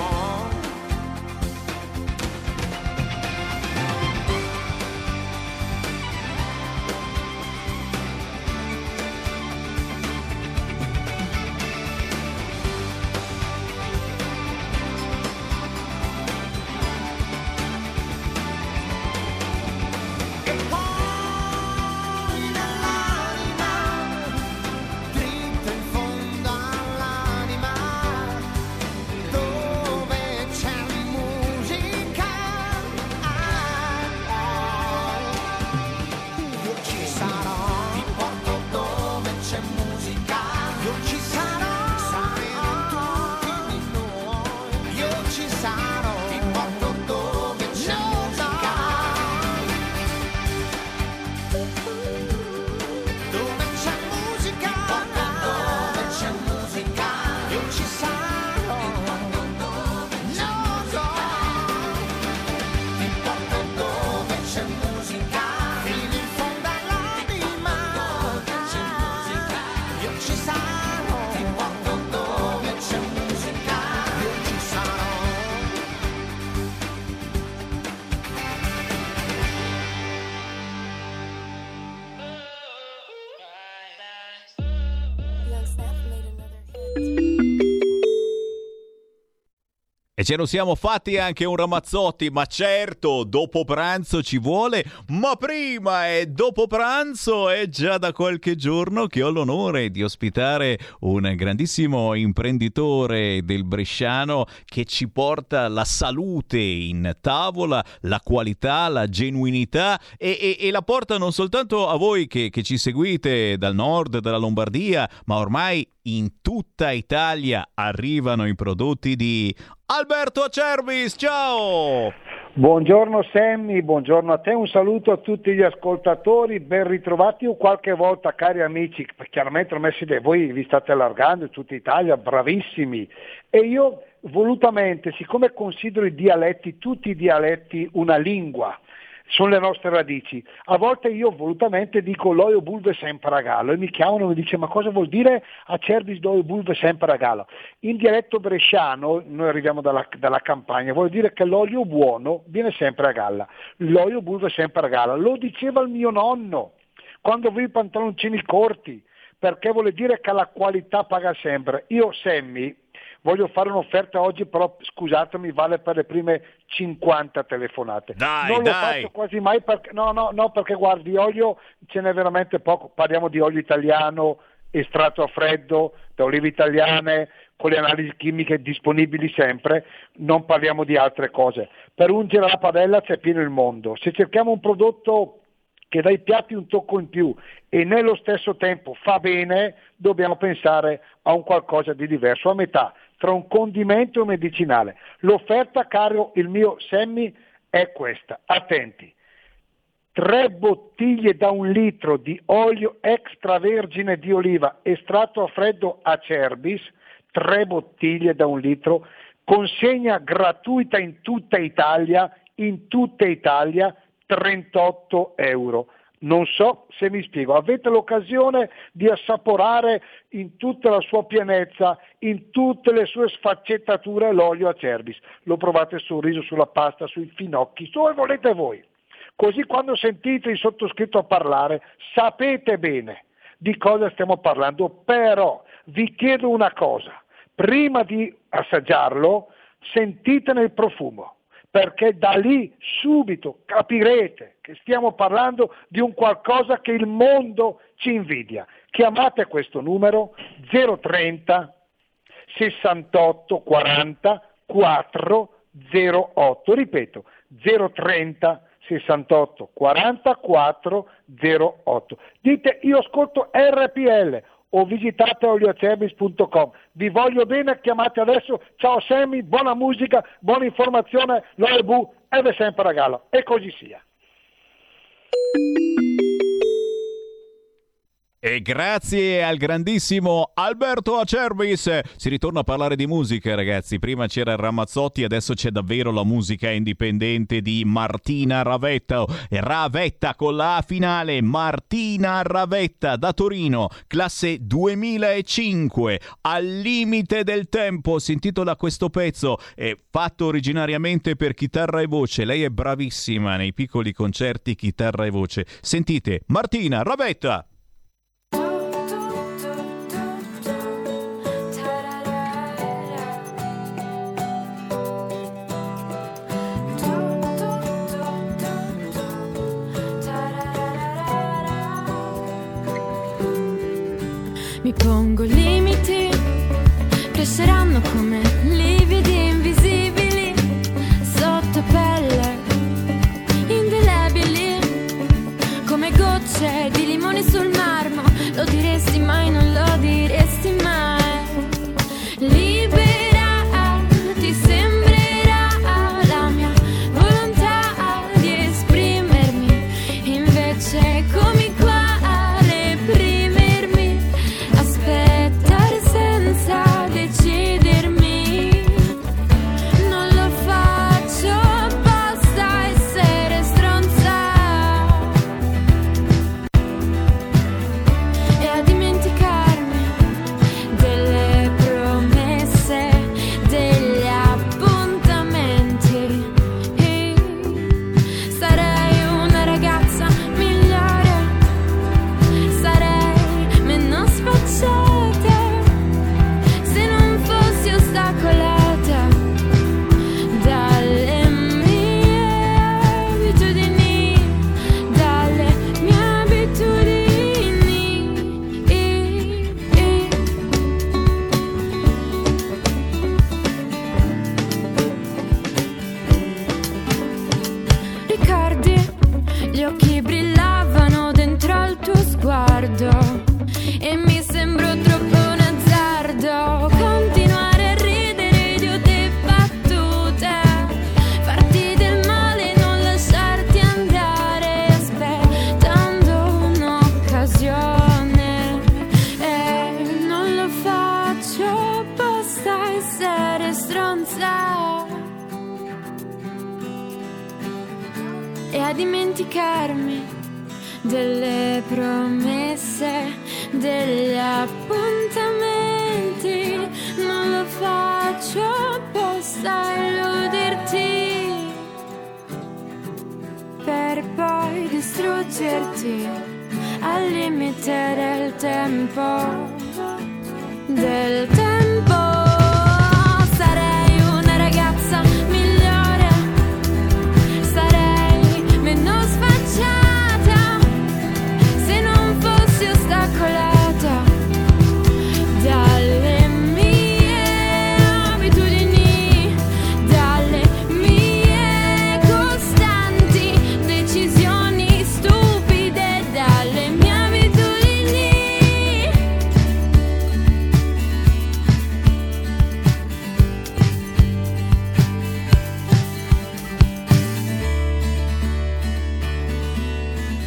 E poi nell'anima, dritto in fondo all'anima, dove c'è musica, io ci sarò. Ti porto dove c'è musica, io ci sarò. Saremo tutti di noi, io ci sarò. Ti porto dove c'è musica, dove c'è musica, dove c'è musica, io ci sarò. No, no, ti porto dove c'è musica, fino in fondo all'anima, dove c'è musica, io ci sarò. Ti porto dove c'è musica, io ci sarò. E ce lo siamo fatti anche un Ramazzotti, ma certo, dopo pranzo ci vuole, ma prima e dopo pranzo è già da qualche giorno che ho l'onore di ospitare un grandissimo imprenditore del bresciano che ci porta la salute in tavola, la qualità, la genuinità e la porta non soltanto a voi che ci seguite dal nord, dalla Lombardia, ma ormai in tutta Italia arrivano i prodotti di Alberto Acerbis. Ciao! Buongiorno Sammy, buongiorno a te, un saluto a tutti gli ascoltatori, ben ritrovati. Io qualche volta, cari amici, chiaramente voi vi state allargando in tutta Italia, bravissimi, e io volutamente, siccome considero i dialetti, tutti i dialetti una lingua, sono le nostre radici, a volte io volutamente dico l'olio bulve sempre a gallo e mi chiamano e mi dice ma cosa vuol dire Acerbis d'olio bulve sempre a gallo? In dialetto bresciano, noi arriviamo dalla campagna, vuol dire che l'olio buono viene sempre a galla, l'olio bulve sempre a galla, lo diceva il mio nonno quando avevo i pantaloncini corti, perché vuol dire che la qualità paga sempre. Io Sammy voglio fare un'offerta oggi, però scusatemi, vale per le prime 50 telefonate. Non lo faccio quasi mai perché no, perché guardi, olio ce n'è veramente poco. Parliamo di olio italiano, estratto a freddo, da olive italiane, con le analisi chimiche disponibili sempre, non parliamo di altre cose. Per ungere la padella c'è pieno il mondo. Se cerchiamo un prodotto che dà ai piatti un tocco in più e nello stesso tempo fa bene, dobbiamo pensare a un qualcosa di diverso, a metà, tra un condimento e un medicinale. L'offerta, caro il mio Sammy, è questa, attenti, 3 bottiglie da 1 litro di olio extravergine di oliva estratto a freddo Acerbis, 3 bottiglie da 1 litro, consegna gratuita in tutta Italia, 38 euro. Non so se mi spiego, avete l'occasione di assaporare in tutta la sua pienezza, in tutte le sue sfaccettature l'olio Acerbis. Lo provate sul riso, sulla pasta, sui finocchi, dove volete voi. Così quando sentite il sottoscritto a parlare sapete bene di cosa stiamo parlando, però vi chiedo una cosa, prima di assaggiarlo sentitene il profumo, perché da lì subito capirete che stiamo parlando di un qualcosa che il mondo ci invidia. Chiamate questo numero 030 68 40 408, ripeto 030 68 40 408. Dite io ascolto RPL o visitate oliocerbis.com. Vi voglio bene, chiamate adesso. Ciao Sammy, buona musica, buona informazione, l'Oebu e ve sempre regalo. E così sia. E grazie al grandissimo Alberto Acerbis. Si ritorna a parlare di musica, ragazzi. Prima c'era il Ramazzotti, adesso c'è davvero la musica indipendente di Martina Ravetta. Ravetta con la A finale. Martina Ravetta da Torino, classe 2005. Al limite del tempo si intitola questo pezzo. È fatto originariamente per chitarra e voce. Lei è bravissima nei piccoli concerti chitarra e voce. Sentite Martina Ravetta. Mi pongo limiti, cresceranno come lividi invisibili sotto pelle, indelebili come gocce di limone sul marmo. Lo diresti mai, non lo diresti mai. Libera, ti sembrerà la mia volontà di esprimermi, invece come qua decidermi, non lo faccio apposta essere stronza e a dimenticarmi delle promesse, degli appuntamenti. Sarei una ragazza migliore, sarei meno sfacciata ostacolata dalle mie abitudini, dalle mie abitudini. Ricordi, gli occhi brillavano dentro al tuo sguardo e mi sembrò troppo un azzardo continuare e a dimenticarmi delle promesse, degli appuntamenti. Non lo faccio apposta illuderti per poi distruggerti al limite del tempo, del tempo. Sarei una ragazza migliore, sarei meno sfacciata se non fossi ostacolata dalle mie abitudini, dalle mie costanti decisioni stupide, dalle mie abitudini.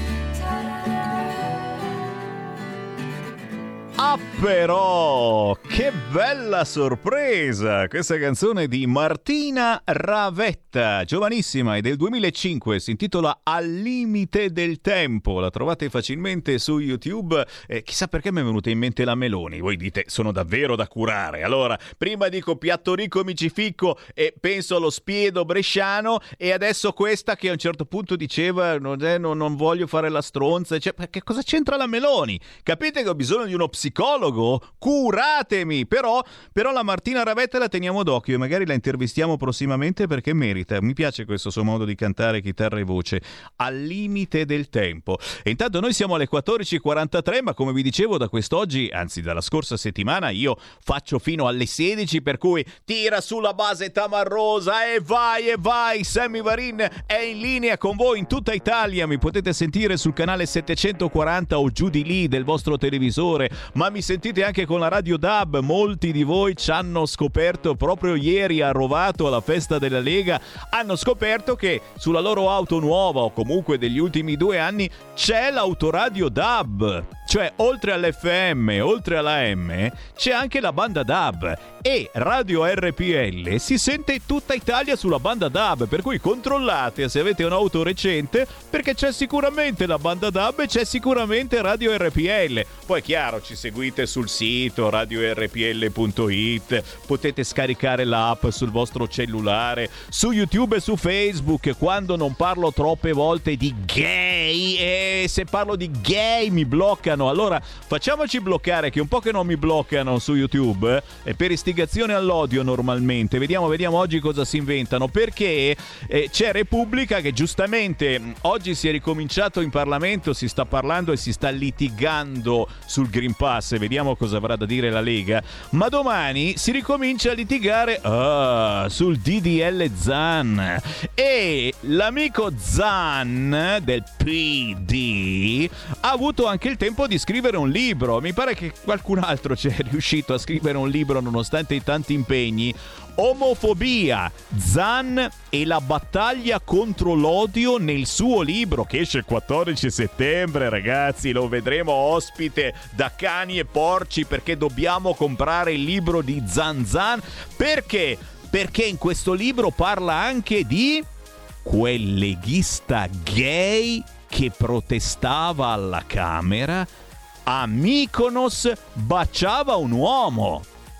Però Che bella sorpresa! Questa canzone di Martina Ravetta, giovanissima, è del 2005, si intitola Al limite del tempo. La trovate facilmente su YouTube. Chissà perché mi è venuta in mente la Meloni. Voi dite, sono davvero da curare. Allora, prima dico piatto ricco mi ci ficco e penso allo spiedo bresciano, e adesso questa che a un certo punto diceva non voglio fare la stronza. Cioè, che cosa c'entra la Meloni? Capite che ho bisogno di uno psicologo? Curatemi! Però la Martina Ravetta la teniamo d'occhio e magari la intervistiamo prossimamente perché merita. Mi piace questo suo modo di cantare chitarra e voce. Al limite del tempo. E intanto noi siamo alle 14.43, ma come vi dicevo da quest'oggi, anzi dalla scorsa settimana, io faccio fino alle 16, per cui tira sulla base tamarrosa e vai! Sammy Varin è in linea con voi in tutta Italia. Mi potete sentire sul canale 740 o giù di lì del vostro televisore, ma mi sentite anche con la radio DAB. Molti di voi ci hanno scoperto proprio ieri a Rovato alla festa della Lega, hanno scoperto che sulla loro auto nuova o comunque degli ultimi 2 anni c'è l'autoradio DAB, cioè oltre all'FM, oltre alla M c'è anche la banda DAB, e Radio RPL si sente in tutta Italia sulla banda DAB, per cui controllate se avete un'auto recente, perché c'è sicuramente la banda DAB e c'è sicuramente Radio RPL. Poi è chiaro, ci seguite sul sito radiorpl.it, potete scaricare l'app sul vostro cellulare, su YouTube e su Facebook. Quando non parlo troppe volte di gay, e se parlo di gay mi bloccano, allora facciamoci bloccare, che un po' che non mi bloccano su YouTube, e per istigazione all'odio normalmente. Vediamo oggi cosa si inventano, perché c'è Repubblica che giustamente oggi si è ricominciato in Parlamento, si sta parlando e si sta litigando sul Green Pass, vediamo cosa avrà da dire la Lega, ma domani si ricomincia a litigare sul DDL Zan, e l'amico Zan del PD ha avuto anche il tempo di scrivere un libro. Mi pare che qualcun altro ci è riuscito a scrivere un libro nonostante i tanti impegni. Omofobia, Zan e la battaglia contro l'odio, nel suo libro che esce il 14 settembre, ragazzi. Lo vedremo ospite da cani e porci, perché dobbiamo comprare il libro di Zan. Perché? Perché in questo libro parla anche di quel leghista gay che protestava alla Camera, a Mykonos baciava un uomo.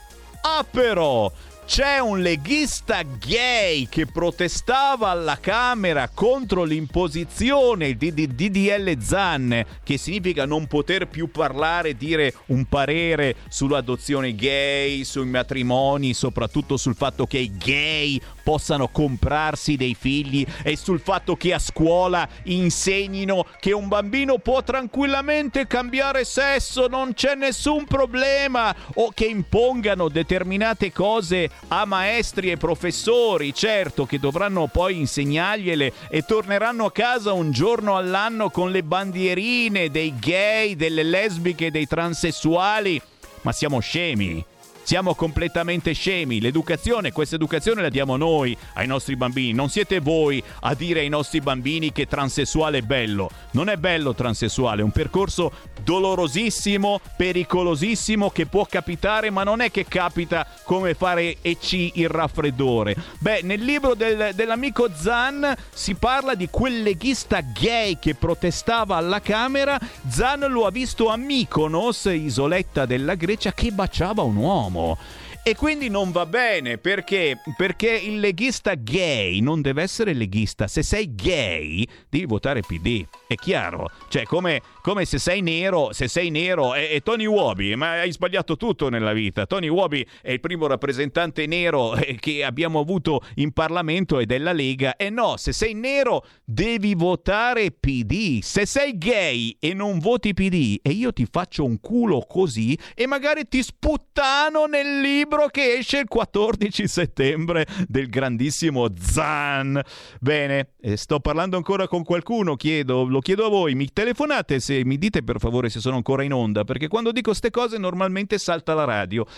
Però c'è un leghista gay che protestava alla Camera contro l'imposizione di DDL Zan, che significa non poter più parlare, dire un parere sull'adozione gay, sui matrimoni, soprattutto sul fatto che i gay possano comprarsi dei figli, e sul fatto che a scuola insegnino che un bambino può tranquillamente cambiare sesso, non c'è nessun problema, o che impongano determinate cose a maestri e professori, certo che dovranno poi insegnargliele, e torneranno a casa un giorno all'anno con le bandierine dei gay, delle lesbiche, dei transessuali. Ma siamo scemi? Siamo completamente scemi. Questa educazione la diamo noi ai nostri bambini. Non siete voi a dire ai nostri bambini che transessuale è bello. Non è bello transessuale, è un percorso dolorosissimo, pericolosissimo, che può capitare, ma non è che capita come fare EC il raffreddore. Nel libro dell'amico Zan si parla di quel leghista gay che protestava alla Camera. Zan lo ha visto a Mykonos, isoletta della Grecia, che baciava un uomo. E quindi non va bene, perché il leghista gay non deve essere leghista. Se sei gay devi votare PD, è chiaro. Cioè come se sei nero è Tony Wobi, ma hai sbagliato tutto nella vita. Tony Wobi è il primo rappresentante nero che abbiamo avuto in Parlamento e della Lega. E no, se sei nero devi votare PD. Se sei gay e non voti PD, e io ti faccio un culo così, e magari ti sputtano nel libro che esce il 14 settembre del grandissimo Zan. Bene, sto parlando ancora con qualcuno, lo chiedo a voi, mi telefonate, se mi dite per favore se sono ancora in onda, perché quando dico ste cose normalmente salta la radio.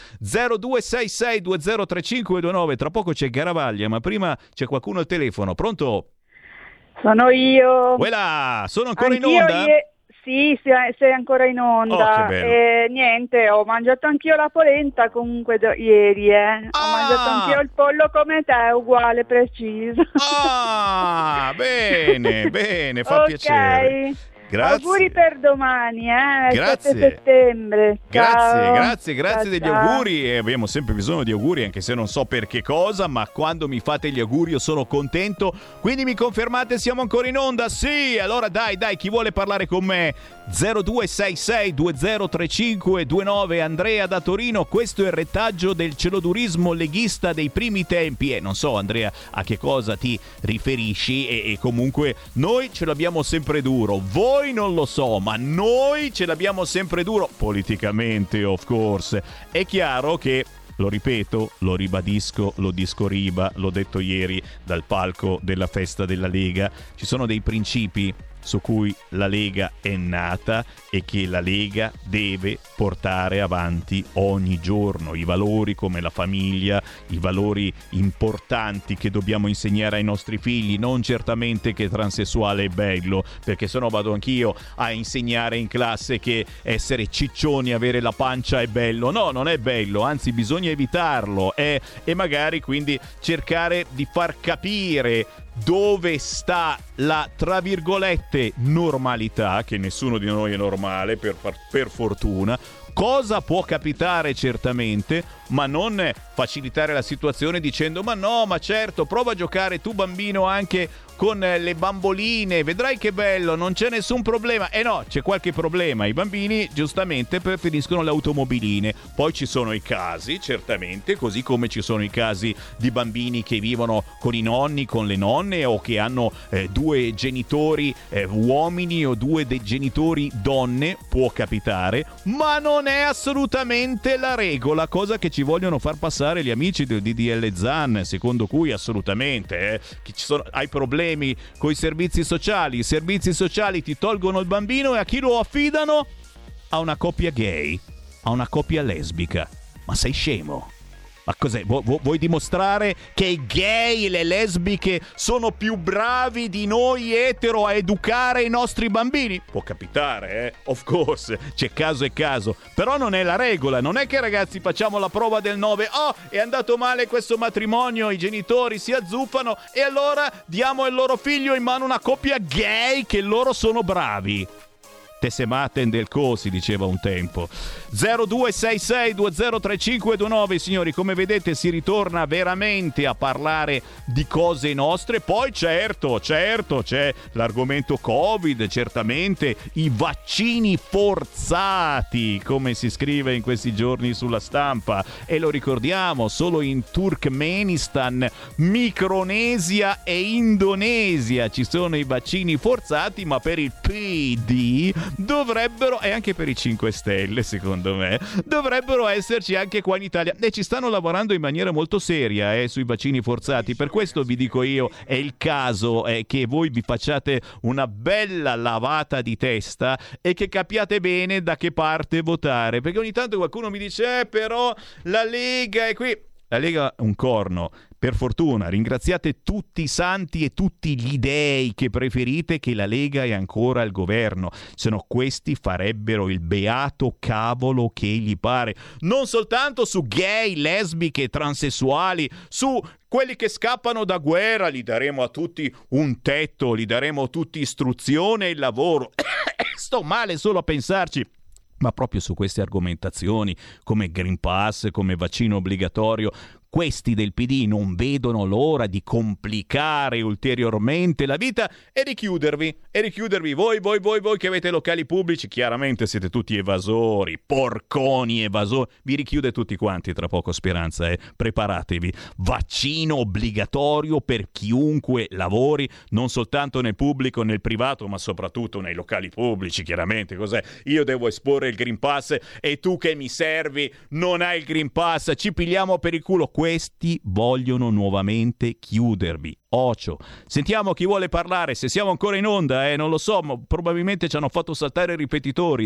0266203529, tra poco c'è Garavaglia, ma prima c'è qualcuno al telefono. Pronto? Sono io. Sono ancora in onda? Sì, sei ancora in onda. Oh, che bello. Niente, ho mangiato anch'io la polenta comunque ieri. Ho mangiato anch'io il pollo come te, uguale, preciso. Ah, bene, fa piacere. Grazie. Auguri per domani, il Grazie. 7 settembre. Ciao. Grazie Ciao, degli ciao. auguri, e abbiamo sempre bisogno di auguri, anche se non so per che cosa, ma quando mi fate gli auguri io sono contento. Quindi mi confermate, siamo ancora in onda? Sì, allora dai, chi vuole parlare con me? 0266 203529, Andrea da Torino. Questo è il retaggio del celodurismo leghista dei primi tempi, e non so, Andrea, a che cosa ti riferisci, e comunque noi ce l'abbiamo sempre duro, voi non lo so, ma noi ce l'abbiamo sempre duro politicamente, of course. È chiaro che, lo ripeto, lo ribadisco, lo discoriba, l'ho detto ieri dal palco della festa della Lega, ci sono dei principi su cui la Lega è nata e che la Lega deve portare avanti ogni giorno. I valori come la famiglia, i valori importanti che dobbiamo insegnare ai nostri figli, non certamente che transessuale è bello, perché sennò vado anch'io a insegnare in classe che essere ciccioni, avere la pancia è bello. No, non è bello, anzi bisogna evitarlo, e magari quindi cercare di far capire dove sta la, tra virgolette, normalità, che nessuno di noi è normale, per fortuna. Cosa può capitare certamente, ma non facilitare la situazione dicendo ma no, ma certo, prova a giocare tu bambino anche con le bamboline, vedrai che bello, non c'è nessun problema. No, c'è qualche problema, i bambini giustamente preferiscono le automobiline. Poi ci sono i casi, certamente, così come ci sono i casi di bambini che vivono con i nonni, con le nonne, o che hanno due genitori uomini o due genitori donne, può capitare, ma non è assolutamente la regola, cosa che ci vogliono far passare gli amici del DDL Zan, secondo cui assolutamente che hai problemi con i servizi sociali ti tolgono il bambino, e a chi lo affidano? A una coppia gay, a una coppia lesbica. Ma sei scemo? Ma cos'è? Vuoi dimostrare che i gay e le lesbiche sono più bravi di noi etero a educare i nostri bambini? Può capitare, of course, c'è caso e caso, però non è la regola. Non è che, ragazzi, facciamo la prova del 9, è andato male questo matrimonio, i genitori si azzuffano e allora diamo il loro figlio in mano una coppia gay che loro sono bravi. Te se maten del co, si diceva un tempo. 0266 203529, signori, come vedete si ritorna veramente a parlare di cose nostre. Poi certo c'è l'argomento Covid, certamente i vaccini forzati, come si scrive in questi giorni sulla stampa, e lo ricordiamo, solo in Turkmenistan, Micronesia e Indonesia ci sono i vaccini forzati, ma per il PD dovrebbero, e anche per i 5 Stelle secondo me, dovrebbero esserci anche qua in Italia, e ci stanno lavorando in maniera molto seria sui vaccini forzati. Per questo vi dico io, è il caso che voi vi facciate una bella lavata di testa e che capiate bene da che parte votare, perché ogni tanto qualcuno mi dice però la Lega è qui. La Lega un corno. Per fortuna, ringraziate tutti i santi e tutti gli dei che preferite che la Lega è ancora al governo, se no questi farebbero il beato cavolo che gli pare, non soltanto su gay, lesbiche, transessuali, su quelli che scappano da guerra, gli daremo a tutti un tetto, gli daremo a tutti istruzione e lavoro. Sto male solo a pensarci. Ma proprio su queste argomentazioni, come Green Pass, come vaccino obbligatorio, questi del PD non vedono l'ora di complicare ulteriormente la vita e richiudervi. Voi che avete locali pubblici, chiaramente siete tutti evasori, porconi evasori. Vi richiude tutti quanti tra poco, Speranza, preparatevi. Vaccino obbligatorio per chiunque lavori, non soltanto nel pubblico, nel privato, ma soprattutto nei locali pubblici, chiaramente. Cos'è? Io devo esporre il Green Pass e tu che mi servi non hai il Green Pass, ci pigliamo per il culo. Questi vogliono nuovamente chiudervi. Ocio. Sentiamo chi vuole parlare, se siamo ancora in onda, non lo so, ma probabilmente ci hanno fatto saltare i ripetitori.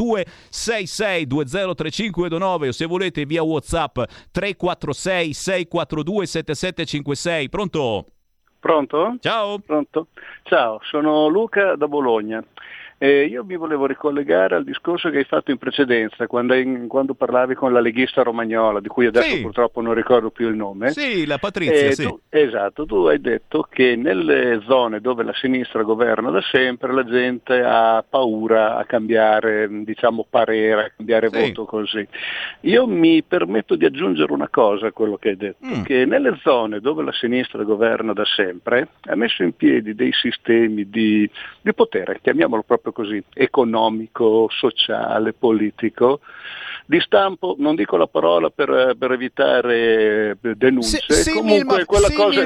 0266 203529, o se volete via WhatsApp 346 642 7756. Pronto? Pronto? Ciao. Pronto? Ciao, sono Luca da Bologna. Io mi volevo ricollegare al discorso che hai fatto in precedenza, quando parlavi con la leghista romagnola, di cui adesso purtroppo non ricordo più il nome. Sì, la Patrizia, sì. Tu hai detto che nelle zone dove la sinistra governa da sempre la gente ha paura a cambiare, diciamo, parere, a cambiare voto così. Io mi permetto di aggiungere una cosa a quello che hai detto, che nelle zone dove la sinistra governa da sempre ha messo in piedi dei sistemi di potere, chiamiamolo proprio così, economico, sociale, politico, di stampo, non dico la parola per evitare denunce, comunque quella cosa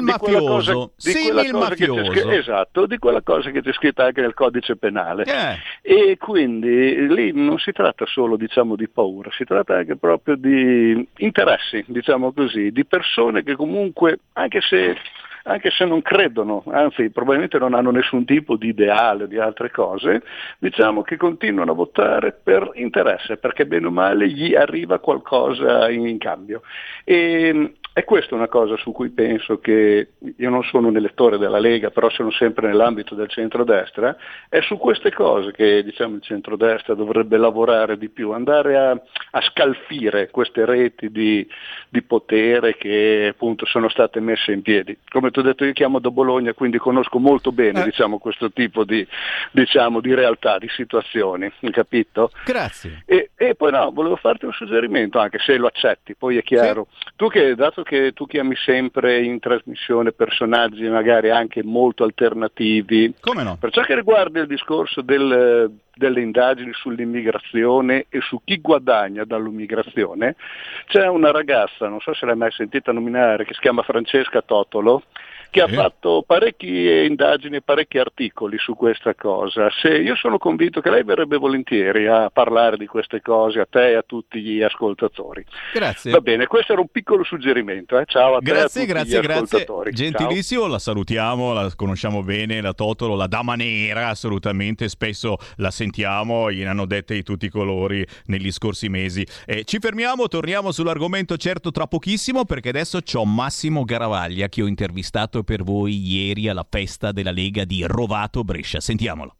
che c'è scritta anche nel codice penale. E quindi lì non si tratta solo, diciamo, di paura, si tratta anche proprio di interessi, diciamo così, di persone che comunque, anche se non credono, anzi probabilmente non hanno nessun tipo di ideale o di altre cose, diciamo che continuano a votare per interesse, perché bene o male gli arriva qualcosa in cambio. E questa è una cosa su cui penso che, io non sono un elettore della Lega, però sono sempre nell'ambito del centrodestra, è su queste cose che, diciamo, il centrodestra dovrebbe lavorare di più, andare a scalfire queste reti di potere che appunto sono state messe in piedi. Come ti ho detto, io chiamo da Bologna, quindi conosco molto bene diciamo, questo tipo di realtà, di situazioni, capito? Grazie. E poi volevo farti un suggerimento, anche se lo accetti, poi è chiaro. Tu dato che tu chiami sempre in trasmissione personaggi magari anche molto alternativi, come no? Per ciò che riguarda il discorso delle indagini sull'immigrazione e su chi guadagna dall'immigrazione, c'è una ragazza, non so se l'hai mai sentita nominare, che si chiama Francesca Totolo, che ha fatto parecchie indagini e parecchi articoli su questa cosa. Io sono convinto che lei verrebbe volentieri a parlare di queste cose a te e a tutti gli ascoltatori. Grazie. Va bene, questo era un piccolo suggerimento. Ciao a te e a tutti gli ascoltatori. Gentilissimo, Ciao. La salutiamo, la conosciamo bene, la Totolo, la dama nera, assolutamente, spesso la sentiamo, gliene hanno dette di tutti i colori negli scorsi mesi. Ci fermiamo, torniamo sull'argomento certo tra pochissimo, perché adesso c'ho Massimo Garavaglia che ho intervistato per voi ieri alla festa della Lega di Rovato Brescia. Sentiamolo.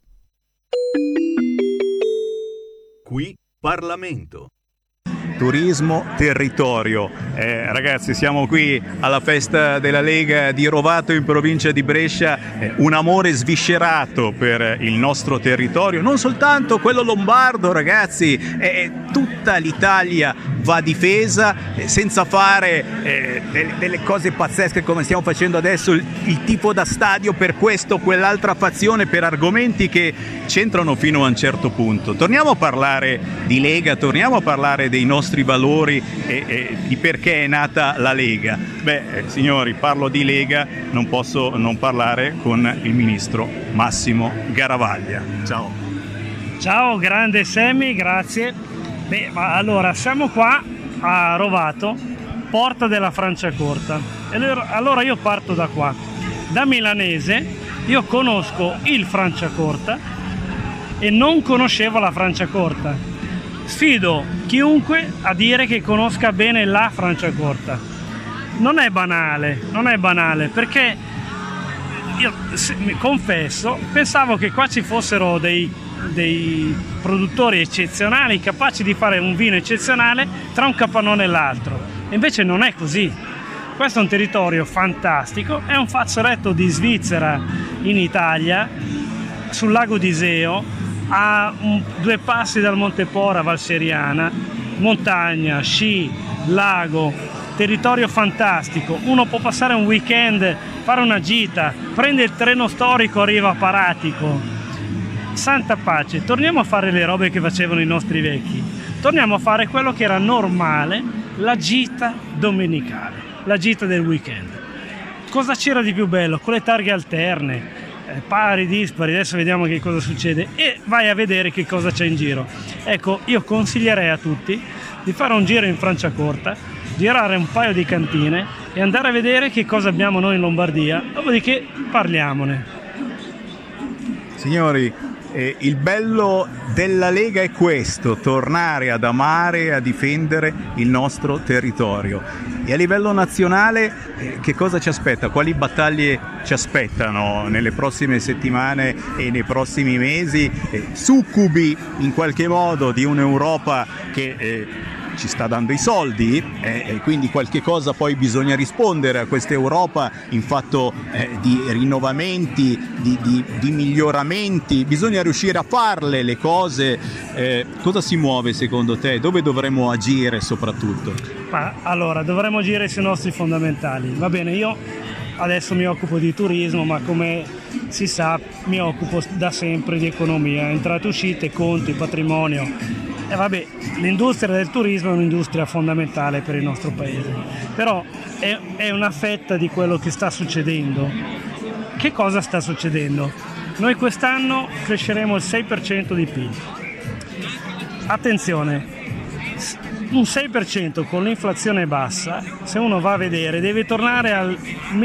Qui Parlamento. Turismo, territorio. Ragazzi, siamo qui alla festa della Lega di Rovato in provincia di Brescia, un amore sviscerato per il nostro territorio, non soltanto quello lombardo, ragazzi, tutta l'Italia va difesa senza fare delle cose pazzesche come stiamo facendo adesso, il tifo da stadio per questo o quell'altra fazione, per argomenti che c'entrano fino a un certo punto. Torniamo a parlare di Lega, torniamo a parlare dei nostri valori e di perché è nata la Lega. Signori, parlo di Lega, non posso non parlare con il ministro Massimo Garavaglia. Ciao. Ciao, grande Sammy, grazie. Allora, siamo qua a Rovato, porta della Franciacorta. E allora io parto da qua. Da milanese io conosco il Franciacorta e non conoscevo la Franciacorta. Sfido chiunque a dire che conosca bene la Franciacorta. Non è banale, perché io confesso, pensavo che qua ci fossero dei produttori eccezionali, capaci di fare un vino eccezionale tra un capannone e l'altro. E invece non è così. Questo è un territorio fantastico, è un fazzoletto di Svizzera in Italia, sul lago d'Iseo, a 2 passi dal Monte Pora, Valseriana, montagna, sci, lago, territorio fantastico. Uno può passare un weekend, fare una gita, prende il treno storico, arriva a Paratico. Santa pace, torniamo a fare le robe che facevano i nostri vecchi, torniamo a fare quello che era normale, la gita domenicale, la gita del weekend. Cosa c'era di più bello? Con le targhe alterne, pari, dispari, adesso vediamo che cosa succede e vai a vedere che cosa c'è in giro. Ecco, io consiglierei a tutti di fare un giro in Franciacorta, girare un paio di cantine e andare a vedere che cosa abbiamo noi in Lombardia, dopodiché parliamone. Signori, il bello della Lega è questo, tornare ad amare e a difendere il nostro territorio. E a livello nazionale che cosa ci aspetta? Quali battaglie ci aspettano nelle prossime settimane e nei prossimi mesi? Succubi in qualche modo di un'Europa che ci sta dando i soldi e quindi qualche cosa poi bisogna rispondere a questa Europa in fatto di rinnovamenti, di miglioramenti, bisogna riuscire a farle le cose. Cosa si muove secondo te? Dove dovremmo agire soprattutto? Allora, dovremmo agire sui nostri fondamentali. Va bene, io adesso mi occupo di turismo, ma come si sa mi occupo da sempre di economia, entrate, uscite, conti, patrimonio. E vabbè, l'industria del turismo è un'industria fondamentale per il nostro paese, però è una fetta di quello che sta succedendo. Che cosa sta succedendo? Noi quest'anno cresceremo il 6% di PIL. Attenzione, un 6% con l'inflazione bassa, se uno va a vedere, deve tornare al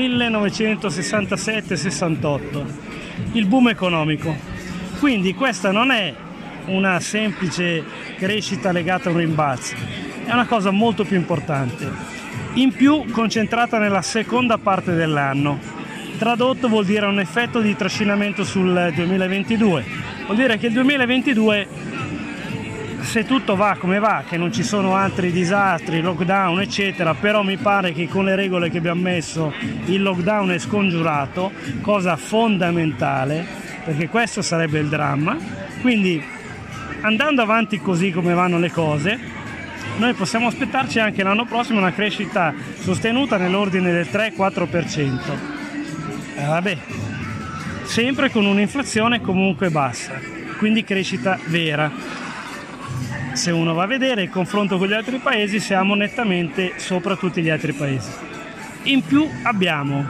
1967-68, il boom economico. Quindi questa non è una semplice crescita legata a un rimbalzo, è una cosa molto più importante, in più concentrata nella seconda parte dell'anno. Tradotto vuol dire un effetto di trascinamento sul 2022, vuol dire che il 2022, se tutto va come va, che non ci sono altri disastri, lockdown eccetera, però mi pare che con le regole che abbiamo messo il lockdown è scongiurato, cosa fondamentale, perché questo sarebbe il dramma. Quindi andando avanti così come vanno le cose, noi possiamo aspettarci anche l'anno prossimo una crescita sostenuta nell'ordine del 3-4%. Vabbè, sempre con un'inflazione comunque bassa, quindi crescita vera. Se uno va a vedere il confronto con gli altri paesi, siamo nettamente sopra tutti gli altri paesi. In più abbiamo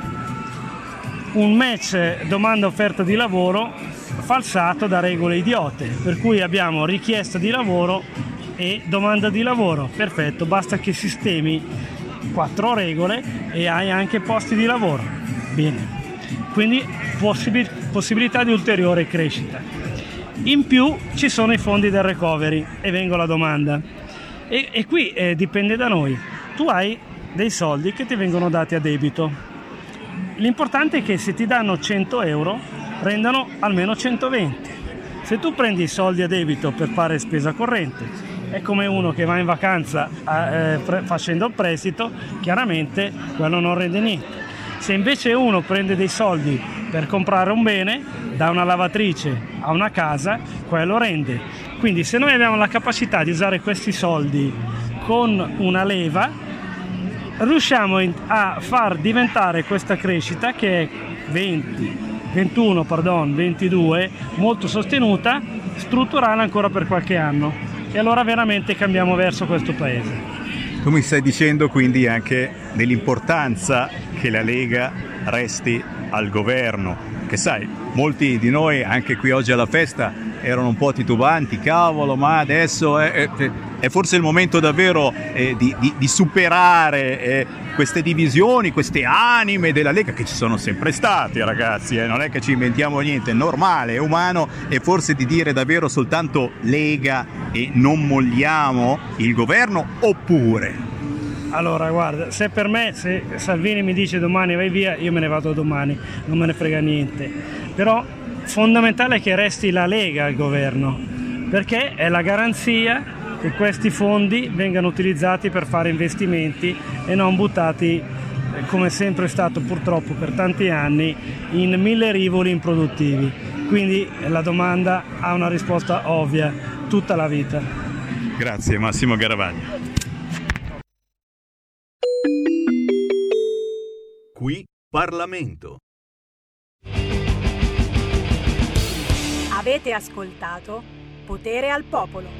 un match domanda-offerta di lavoro falsato da regole idiote, per cui abbiamo richiesta di lavoro e domanda di lavoro. Perfetto, basta che sistemi 4 regole e hai anche posti di lavoro. Bene, quindi possibilità di ulteriore crescita. In più ci sono i fondi del recovery e vengo alla domanda. E qui dipende da noi. Tu hai dei soldi che ti vengono dati a debito. L'importante è che se ti danno 100 euro rendano almeno 120. Se tu prendi i soldi a debito per fare spesa corrente, è come uno che va in vacanza facendo il prestito, chiaramente quello non rende niente. Se invece uno prende dei soldi per comprare un bene, da una lavatrice a una casa, quello rende. Quindi se noi abbiamo la capacità di usare questi soldi con una leva, riusciamo a far diventare questa crescita, che è 22, molto sostenuta, strutturale ancora per qualche anno, e allora veramente cambiamo verso questo paese. Tu mi stai dicendo quindi anche dell'importanza che la Lega resti al governo, che sai, molti di noi anche qui oggi alla festa erano un po' titubanti, cavolo, ma adesso è forse il momento davvero di superare queste divisioni, queste anime della Lega che ci sono sempre state, ragazzi, non è che ci inventiamo niente, è normale, è umano, e forse di dire davvero soltanto Lega e non molliamo il governo, oppure? Allora guarda, se per me, se Salvini mi dice domani vai via, io me ne vado domani, non me ne frega niente, però fondamentale è che resti la Lega al governo, perché è la garanzia che questi fondi vengano utilizzati per fare investimenti e non buttati, come sempre è stato purtroppo per tanti anni, in 1000 rivoli improduttivi. Quindi la domanda ha una risposta ovvia, tutta la vita. Grazie Massimo Garavaglia. Qui Parlamento. Avete ascoltato Potere al Popolo.